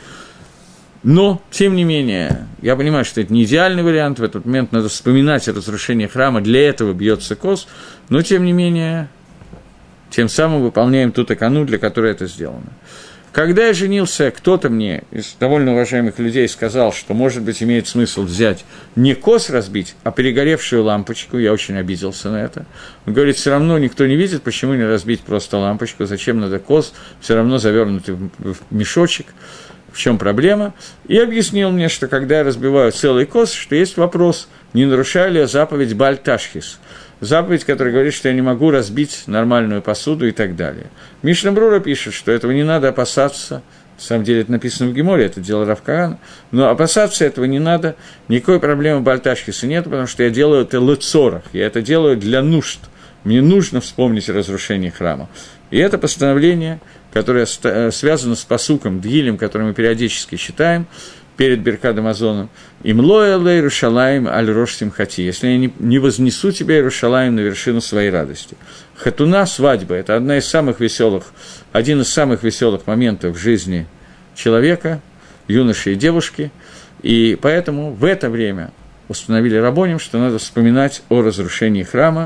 A: Но, тем не менее, я понимаю, что это не идеальный вариант, в этот момент надо вспоминать о разрушении храма, для этого бьется кость, но, тем не менее, тем самым выполняем ту такану, для которой это сделано. Когда я женился, кто-то мне из довольно уважаемых людей сказал, что, может быть, имеет смысл взять не кос разбить, а перегоревшую лампочку. Я очень обиделся на это. Он говорит, все равно никто не видит, почему не разбить просто лампочку, зачем надо кос, все равно завернутый в мешочек. В чем проблема? И объяснил мне, что когда я разбиваю целый кос, что есть вопрос, не нарушаю ли я заповедь Баль-Ташхис. Заповедь, которая говорит, что я не могу разбить нормальную посуду и так далее. Мишна Брура пишет, что этого не надо опасаться. На самом деле это написано в Геморе, это дело Рав Кагана. Но опасаться этого не надо. Никакой проблемы Баль-Ташхиса нет, потому что я делаю это лецорах. Я это делаю для нужд. Мне нужно вспомнить разрушение храма. И это постановление, которое связано с пасуком Дгилем, который мы периодически читаем, перед Беркат Амазоном, «Имлоя лей Иерушалаим аль рош симхати», если я не, не вознесу тебя, Иерушалаим, на вершину своей радости. Хатуна, свадьба, это одна из самых веселых, один из самых веселых моментов в жизни человека, юноши и девушки, и поэтому в это время установили рабоним, что надо вспоминать о разрушении храма,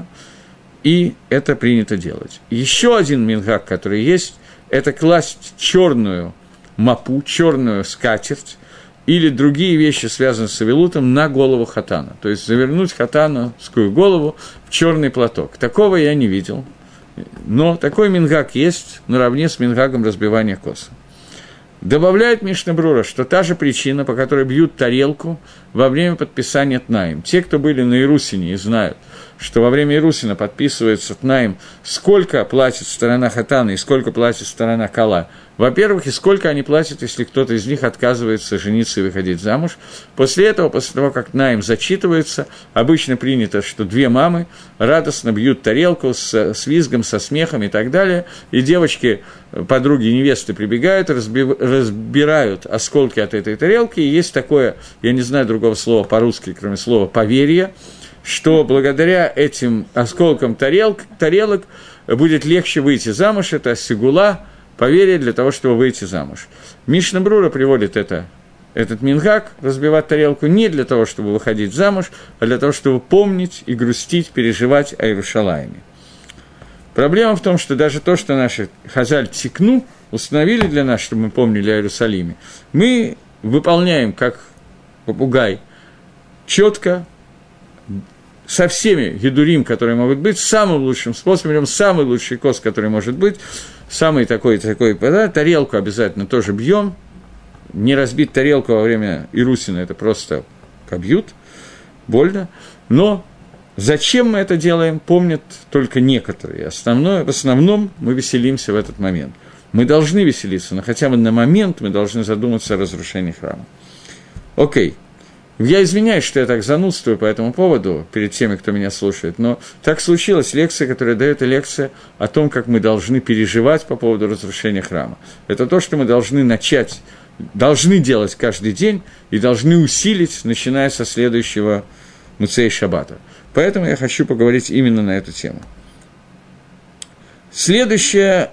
A: и это принято делать. Еще один мингак, который есть, это класть черную мапу, черную скатерть, или другие вещи, связанные с авилутом, на голову хатана. То есть завернуть хатановскую голову в черный платок. Такого я не видел. Но такой мингак есть наравне с мингагом разбивания коса. Добавляет Мишна Брура, что та же причина, по которой бьют тарелку во время подписания тнаим. Те, кто были на Ирусине и знают, что во время Ирусина подписывается тнаим, сколько платит сторона хатана и сколько платит сторона кала. Во-первых, и сколько они платят, если кто-то из них отказывается жениться и выходить замуж. После этого, после того, как тнаим зачитывается, обычно принято, что две мамы радостно бьют тарелку с, с визгом, со смехом и так далее, и девочки, подруги невесты прибегают, разби, разбирают осколки от этой тарелки, и есть такое, я не знаю другого слова по-русски, кроме слова «поверье», что благодаря этим осколкам тарелок, тарелок будет легче выйти замуж, это сигула, поверье для того, чтобы выйти замуж. Мишна Брура приводит это, этот мингак, разбивать тарелку, не для того, чтобы выходить замуж, а для того, чтобы помнить и грустить, переживать о Иерушалайме. Проблема в том, что даже то, что наши хазаль тикну, установили для нас, чтобы мы помнили о Иерусалиме, мы выполняем, как попугай, четко, со всеми гедурим, которые могут быть, самым лучшим способом, самый лучший кост, который может быть, самый такой, такой, да, тарелку обязательно тоже бьем. Не разбить тарелку во время Ирусина, это просто как бьют, больно. Но зачем мы это делаем, помнят только некоторые. Основное, в основном мы веселимся в этот момент. Мы должны веселиться, но хотя бы на момент мы должны задуматься о разрушении храма. Окей. Я извиняюсь, что я так занудствую по этому поводу перед теми, кто меня слушает, но так случилось, лекция, которая дает, и лекция о том, как мы должны переживать по поводу разрушения храма. Это то, что мы должны начать, должны делать каждый день и должны усилить, начиная со следующего Муцей Шаббата. Поэтому я хочу поговорить именно на эту тему. Следующая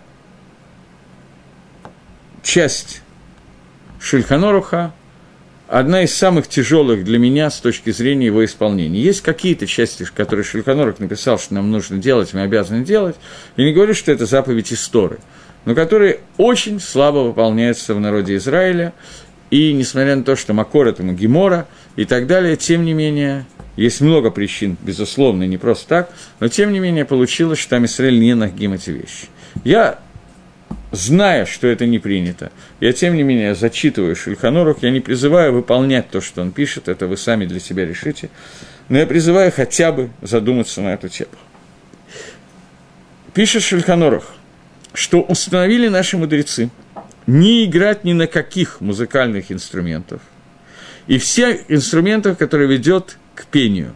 A: часть Шульхан Аруха, одна из самых тяжелых для меня с точки зрения его исполнения. Есть какие-то части, которые Шульхан Арух написал, что нам нужно делать, мы обязаны делать. Я не говорю, что это заповедь из Торы, но которые очень слабо выполняются в народе Израиля. И несмотря на то, что Макор – это Гемора и так далее, тем не менее, есть много причин, безусловно, не просто так, но тем не менее получилось, что там Израиль не нагим эти вещи. Я... Зная, что это не принято, я, тем не менее, зачитываю Шульхан Арух, я не призываю выполнять то, что он пишет, это вы сами для себя решите, но я призываю хотя бы задуматься на эту тему. Пишет Шульхан Арух: что установили наши мудрецы не играть ни на каких музыкальных инструментах, и все инструменты, которые ведет к пению.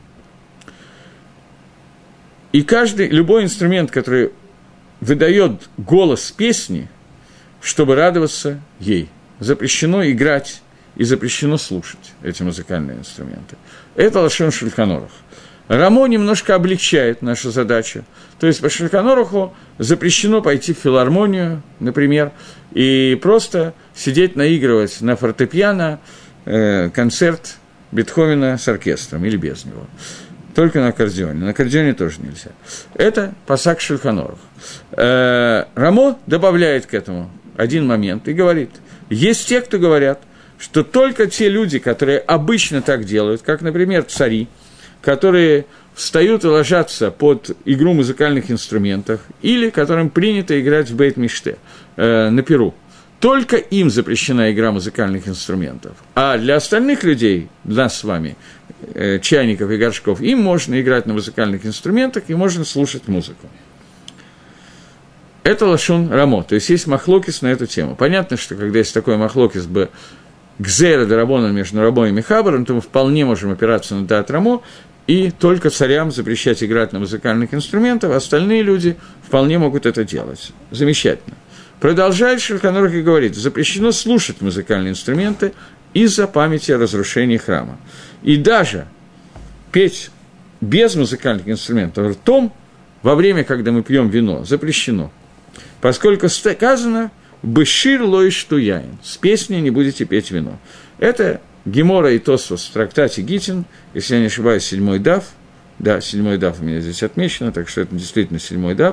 A: И каждый, любой инструмент, который выдает голос песни, чтобы радоваться ей, запрещено играть и запрещено слушать эти музыкальные инструменты. Это лашон Шульхан Орух. Рамо немножко облегчает нашу задачу. То есть по Шульхан Оруху запрещено пойти в филармонию, например, и просто сидеть, наигрывать на фортепиано э, концерт Бетховена с оркестром или без него. Только на аккордеоне. На аккордеоне тоже нельзя. Это пасак Шульхан Орух. Э, Рамо добавляет к этому один момент и говорит, есть те, кто говорят, что только те люди, которые обычно так делают, как, например, цари, которые встают и ложатся под игру музыкальных инструментов, или которым принято играть в бейт-миште, э, на перу. Только им запрещена игра музыкальных инструментов. А для остальных людей, для нас с вами, э, чайников и горшков, им можно играть на музыкальных инструментах и можно слушать музыку. Это лашон рамо, то есть есть махлокис на эту тему. Понятно, что когда есть такой махлокис бы гзейра дарабонан между рабой и мехабаром, то мы вполне можем опираться на дат рамо, и только царям запрещать играть на музыкальных инструментах, а остальные люди вполне могут это делать. Замечательно. Продолжает Шульхан Орух и говорит, запрещено слушать музыкальные инструменты из-за памяти о разрушении храма. И даже петь без музыкальных инструментов ртом во время, когда мы пьем вино, запрещено. Поскольку сказано «бешир лой штуяин» – с песней не будете петь вино. Это Гемора и Тосфос в трактате Гитин, если я не ошибаюсь, седьмой дав. Да, седьмой дав у меня здесь отмечено, так что это действительно седьмой дав.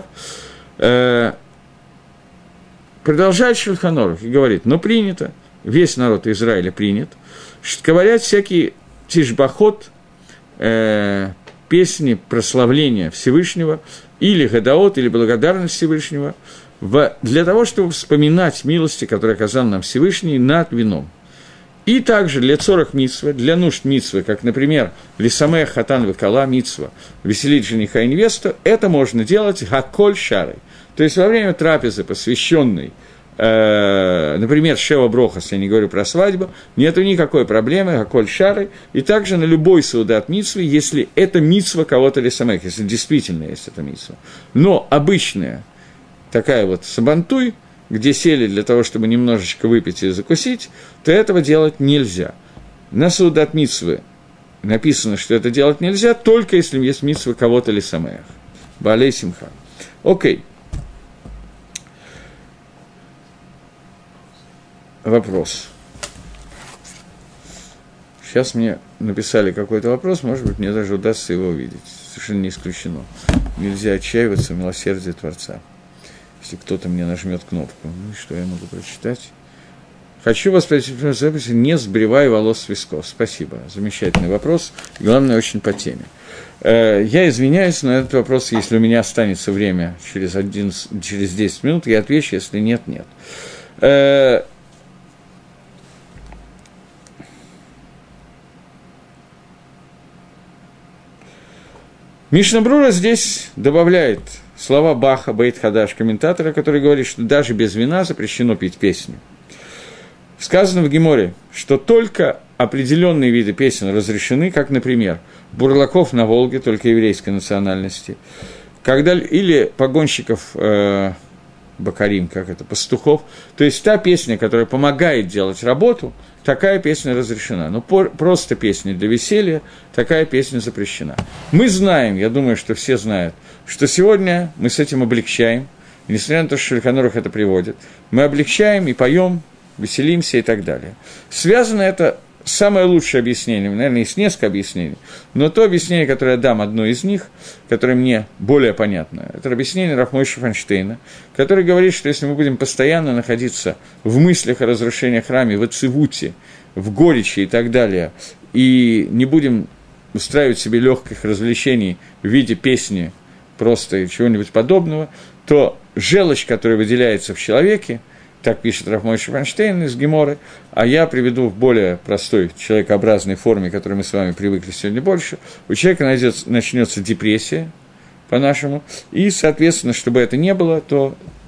A: Продолжает Шульхан Орух и говорит, но принято, весь народ Израиля принят, говорят всякие тишбахот, э, песни прославления Всевышнего, или гадаот, или благодарность Всевышнего, в, для того, чтобы вспоминать милости, которые оказал нам Всевышний над вином. И также для цорах мицвы, для нужд мицвы, как, например, лисамех хатан векала мицва, веселить жениха и невесту, это можно делать гаколь шарой. То есть во время трапезы, посвященной, э, например, Шева Брохас, я не говорю про свадьбу, нету никакой проблемы, гаколь шарой, и также на любой саудат мицвы, если это мицва кого-то лисамех, если действительно есть эта мицва. Но обычная такая вот сабантуй, где сели для того, чтобы немножечко выпить и закусить, то этого делать нельзя. На саудат мицвы написано, что это делать нельзя, только если есть мицва кого-то лисамех. Баалей симха. Окей. Вопрос. Сейчас мне написали какой-то вопрос, может быть, мне даже удастся его увидеть. Совершенно не исключено. Нельзя отчаиваться в милосердии Творца. Если кто-то мне нажмет кнопку, ну и что я могу прочитать? Хочу вас спросить, записи, не сбривай волос с висков. Спасибо. Замечательный вопрос. Главное, очень по теме. Я извиняюсь, но этот вопрос, если у меня останется время через, одиннадцать, через десять минут, я отвечу, если нет, нет. Мишна Брура здесь добавляет слова Баха, Бейт Хадаш, комментатора, который говорит, что даже без вина запрещено петь песни. Сказано в Геморе, что только определенные виды песен разрешены, как, например, бурлаков на Волге, только еврейской национальности, когда, или погонщиков э, бакарим, как это, пастухов. То есть та песня, которая помогает делать работу, такая песня разрешена. Но по, просто песня для веселья, такая песня запрещена. Мы знаем, я думаю, что все знают, что сегодня мы с этим облегчаем, несмотря на то, что Шульхан Орух это приводит, мы облегчаем и поем, веселимся и так далее. Связано это, самое лучшее объяснение, наверное, есть несколько объяснений, но то объяснение, которое я дам, одно из них, которое мне более понятно, это объяснение Рав Мойше Файнштейна, который говорит, что если мы будем постоянно находиться в мыслях о разрушении храма, в ацивуте, в горечи и так далее, и не будем устраивать себе легких развлечений в виде песни, просто чего-нибудь подобного, то желчь, которая выделяется в человеке, так пишет Рав Мойше Файнштейн из Геморы, а я приведу в более простой, человекообразной форме, к которой мы с вами привыкли сегодня больше, у человека найдется, начнется депрессия, по-нашему, и, соответственно, чтобы это не было, то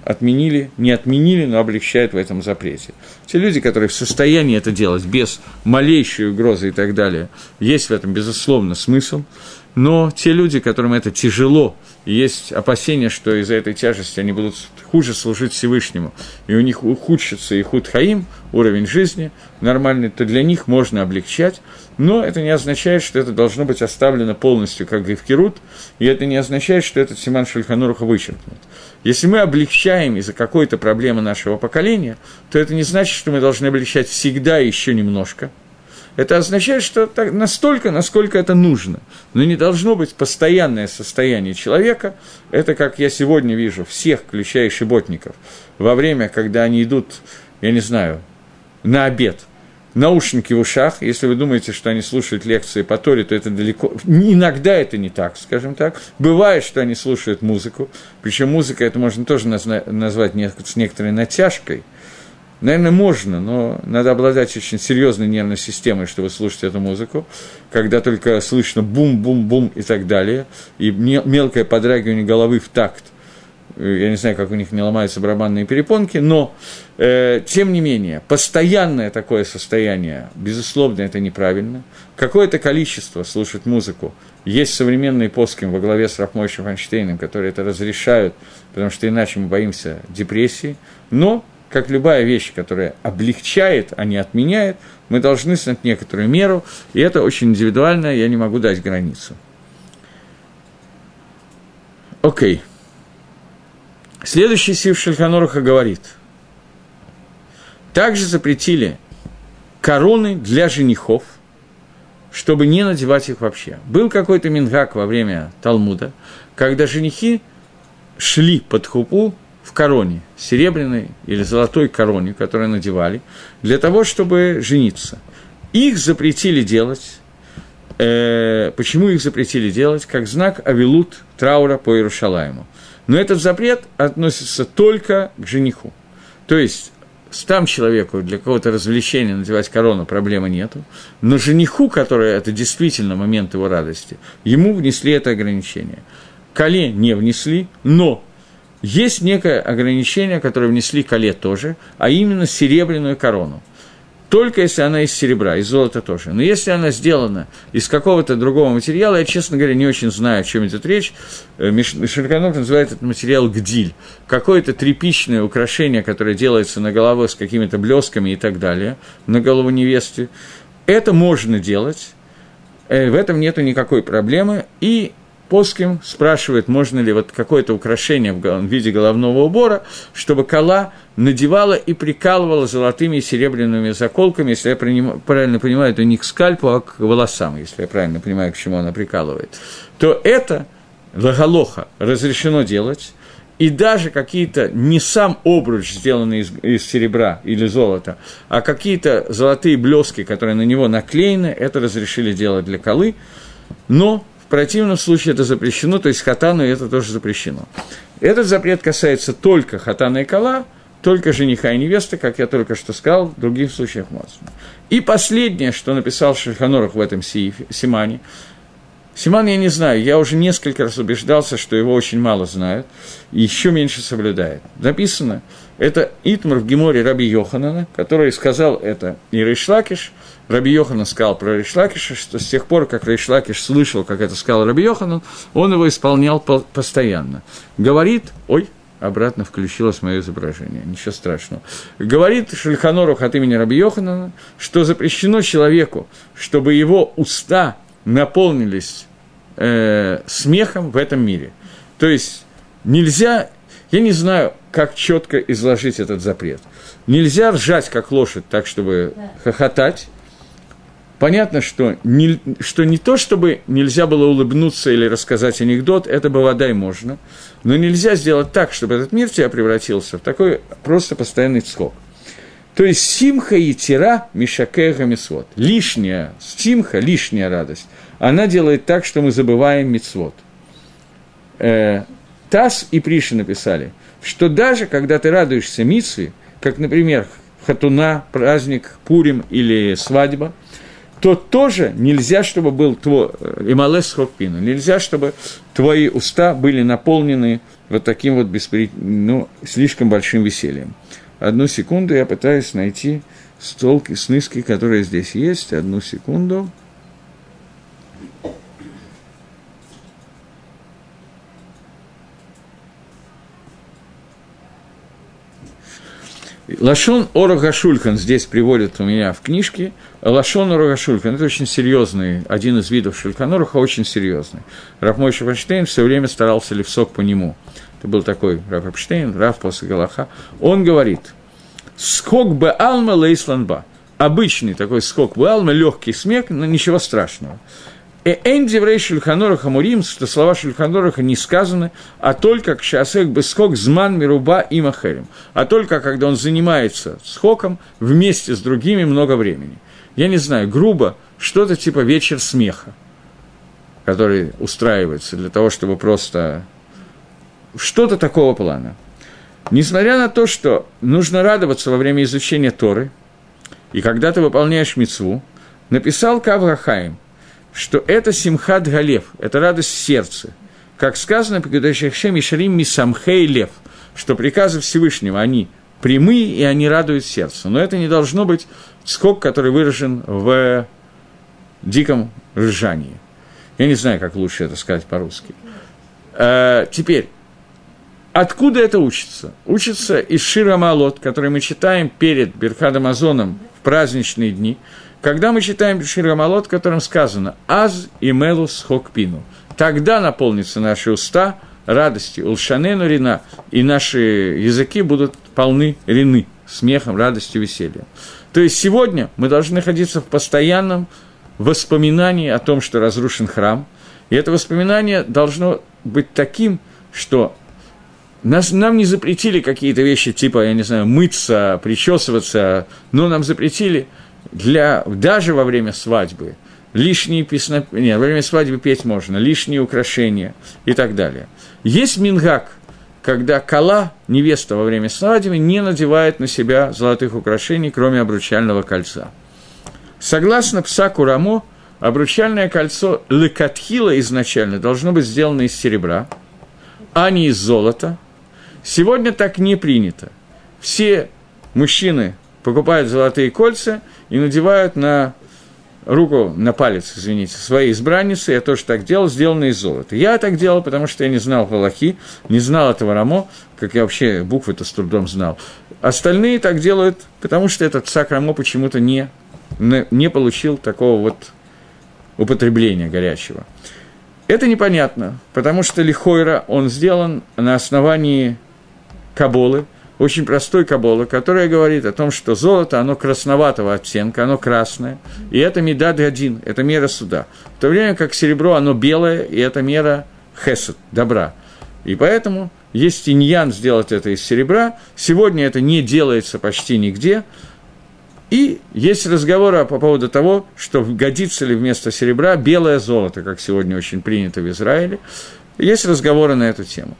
A: отменили, не отменили, но облегчают в этом запрете. Те люди, которые в состоянии это делать без малейшей угрозы и так далее, есть в этом, безусловно, смысл. Но те люди, которым это тяжело, и есть опасения, что из-за этой тяжести они будут хуже служить Всевышнему, и у них ухудшится и худ хаим, уровень жизни нормальный, то для них можно облегчать, но это не означает, что это должно быть оставлено полностью как гефкерут, и это не означает, что этот симан Шульхан Аруха вычеркнут. Если мы облегчаем из-за какой-то проблемы нашего поколения, то это не значит, что мы должны облегчать всегда еще немножко. Это означает, что так, настолько, насколько это нужно. Но не должно быть постоянное состояние человека. Это, как я сегодня вижу, всех, включая шиботников, во время, когда они идут, я не знаю, на обед, наушники в ушах. Если вы думаете, что они слушают лекции по Торе, то это далеко... Иногда это не так, скажем так. Бывает, что они слушают музыку. Причем музыка, это можно тоже назна- назвать с некоторой натяжкой. Наверное, можно, но надо обладать очень серьезной нервной системой, чтобы слушать эту музыку, когда только слышно бум-бум-бум и так далее, и мелкое подрагивание головы в такт. Я не знаю, как у них не ломаются барабанные перепонки, но, э, тем не менее, постоянное такое состояние, безусловно, это неправильно. Какое-то количество слушать музыку. Есть современные поским во главе с Рав Мойше Файнштейном, которые это разрешают, потому что иначе мы боимся депрессии, но... Как любая вещь, которая облегчает, а не отменяет, мы должны снять некоторую меру, и это очень индивидуально, я не могу дать границу. Окей. Следующий сиф Шульхан Аруха говорит. Также запретили короны для женихов, чтобы не надевать их вообще. Был какой-то мингак во время Талмуда, когда женихи шли под хупу, в короне, серебряной или золотой короне, которую надевали, для того, чтобы жениться. Их запретили делать. Э, почему их запретили делать? Как знак авилут, траура по Иерушалайму. Но этот запрет относится только к жениху. То есть, там человеку для какого-то развлечения надевать корону проблемы нету, но жениху, который это действительно момент его радости, ему внесли это ограничение. Кале не внесли, но есть некое ограничение, которое внесли Кале тоже, а именно серебряную корону. Только если она из серебра, из золота тоже. Но если она сделана из какого-то другого материала, я, честно говоря, не очень знаю, о чем идет речь. Шульхан Арух называет этот материал гдиль. Какое-то тряпичное украшение, которое делается на голову с какими-то блесками и так далее, на голову невесты. Это можно делать, в этом нет никакой проблемы. И поским спрашивает, можно ли вот какое-то украшение в виде головного убора, чтобы кала надевала и прикалывала золотыми и серебряными заколками, если я правильно понимаю, это не к скальпу, а к волосам, если я правильно понимаю, к чему она прикалывает, то это лагалоха разрешено делать, и даже какие-то, не сам обруч, сделанный из, из серебра или золота, а какие-то золотые блески, которые на него наклеены, это разрешили делать для калы, но в противном случае это запрещено, то есть хатану это тоже запрещено. Этот запрет касается только хатана и кала, только жениха и невесты, как я только что сказал, в других случаях можно. И последнее, что написал Шульхан Арух в этом симане. Симан я не знаю, я уже несколько раз убеждался, что его очень мало знают, и еще меньше соблюдает. Написано, это Итмар в Геморе Раби Йоханана, который сказал это и Рейш Лакиш. Раби Йоханан сказал про Рейш Лакиша, что с тех пор, как Рейш Лакиш слышал, как это сказал Раби Йоханан, он его исполнял постоянно. Говорит, ой, обратно включилось мое изображение, ничего страшного. Говорит Шульхан Арух от имени Раби Йоханана, что запрещено человеку, чтобы его уста наполнились э, смехом в этом мире. То есть нельзя, я не знаю, как четко изложить этот запрет. Нельзя ржать, как лошадь, так, чтобы хохотать. Понятно, что не, что не то, чтобы нельзя было улыбнуться или рассказать анекдот, это бы вода и можно, но нельзя сделать так, чтобы этот мир тебя превратился в такой просто постоянный цхок. То есть симха и тира мишакеха мицвот. Лишняя симха, лишняя радость, она делает так, что мы забываем мицвот. Э, Тас и Приши написали, что даже когда ты радуешься мицве, как, например, хатуна, праздник, Пурим или свадьба, то тоже нельзя, чтобы был твой ималес хокпину, нельзя, чтобы твои уста были наполнены вот таким вот беспри... ну, слишком большим весельем. Одну секунду, я пытаюсь найти столки, сныски, которые здесь есть. Одну секунду. Лашон Орога Шульхан здесь приводит у меня в книжке. Лашон Орога Шульхан – это очень серьезный, один из видов Шульханоруха, очень серьезный. Рав Мойше Файнштейн все время старался лифсок по нему. Это был такой Рав Эпштейн, Рав после Галаха. Он говорит, скок бе алма лейсланба. Обычный такой скок бе алма, легкий смех, но ничего страшного. И энди врей Шульханоруха мурим, что слова Шульханоруха не сказаны, а только к шасек бы скок зман мируба и махерем. А только когда он занимается скоком вместе с другими много времени. Я не знаю, грубо, что-то типа вечер смеха, который устраивается для того, чтобы просто... Что-то такого плана. Несмотря на то, что нужно радоваться во время изучения Торы, и когда ты выполняешь мицву, написал Кав Хахаим, что это симхат галев, это радость сердца. Как сказано, что приказы Всевышнего, они прямые, и они радуют сердце. Но это не должно быть скок, который выражен в диком ржании. Я не знаю, как лучше это сказать по-русски. А, теперь, откуда это учится? Учится из Шира Маалот, который мы читаем перед Бирхат Амазоном в праздничные дни, когда мы читаем Шир Амалот, в котором сказано «Аз и мелус хокпину», тогда наполнятся наши уста радостью, улшанену рина, и наши языки будут полны рины, смехом, радостью, весельем. То есть сегодня мы должны находиться в постоянном воспоминании о том, что разрушен храм, и это воспоминание должно быть таким, что нас, нам не запретили какие-то вещи, типа, я не знаю, мыться, причесываться, но нам запретили... Для, даже во время свадьбы, лишние песнопения, нет, во время свадьбы петь можно, лишние украшения и так далее. Есть мингак, когда кала, невеста во время свадьбы, не надевает на себя золотых украшений, кроме обручального кольца. Согласно Псаку Рамо, обручальное кольцо лекатхила изначально должно быть сделано из серебра, а не из золота. Сегодня так не принято. Все мужчины покупают золотые кольца и надевают на руку, на палец, извините, своей избранницы. Я тоже так делал, сделано из золота. Я так делал, потому что я не знал галахи, не знал этого Рамо, как я вообще буквы-то с трудом знал. Остальные так делают, потому что этот Псак Рамо почему-то не, не получил такого вот употребления горячего. Это непонятно, потому что лихойра, он сделан на основании каболы, очень простой каболы, которая говорит о том, что золото, оно красноватого оттенка, оно красное, и это медад гадин, это мера суда. В то время как серебро, оно белое, и это мера хесед, добра. И поэтому есть иньян сделать это из серебра, сегодня это не делается почти нигде, и есть разговоры по поводу того, что годится ли вместо серебра белое золото, как сегодня очень принято в Израиле. Есть разговоры на эту тему.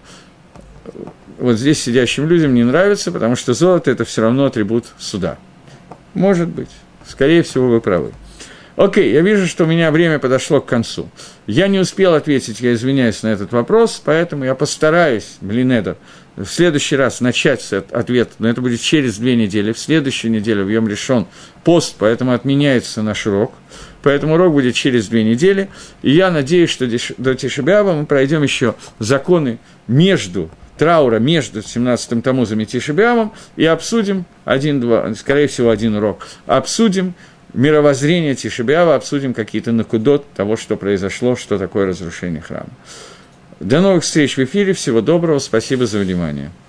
A: Вот здесь сидящим людям не нравится, потому что золото – это все равно атрибут суда. Может быть. Скорее всего, вы правы. Окей, я вижу, что у меня время подошло к концу. Я не успел ответить, я извиняюсь, на этот вопрос, поэтому я постараюсь, блин, это, в следующий раз начать ответ, но это будет через две недели. В следующую неделю в Йом Ришон пост, поэтому отменяется наш урок. Поэтому урок будет через две недели. И я надеюсь, что до Тиши б'Ава мы пройдем еще законы между... траура между семнадцатым Тамузом и Тиши б'Авом и обсудим один-два, скорее всего, один урок, обсудим мировоззрение Тиши б'Ава, обсудим какие-то накудот того, что произошло, что такое разрушение храма. До новых встреч в эфире, всего доброго, спасибо за внимание.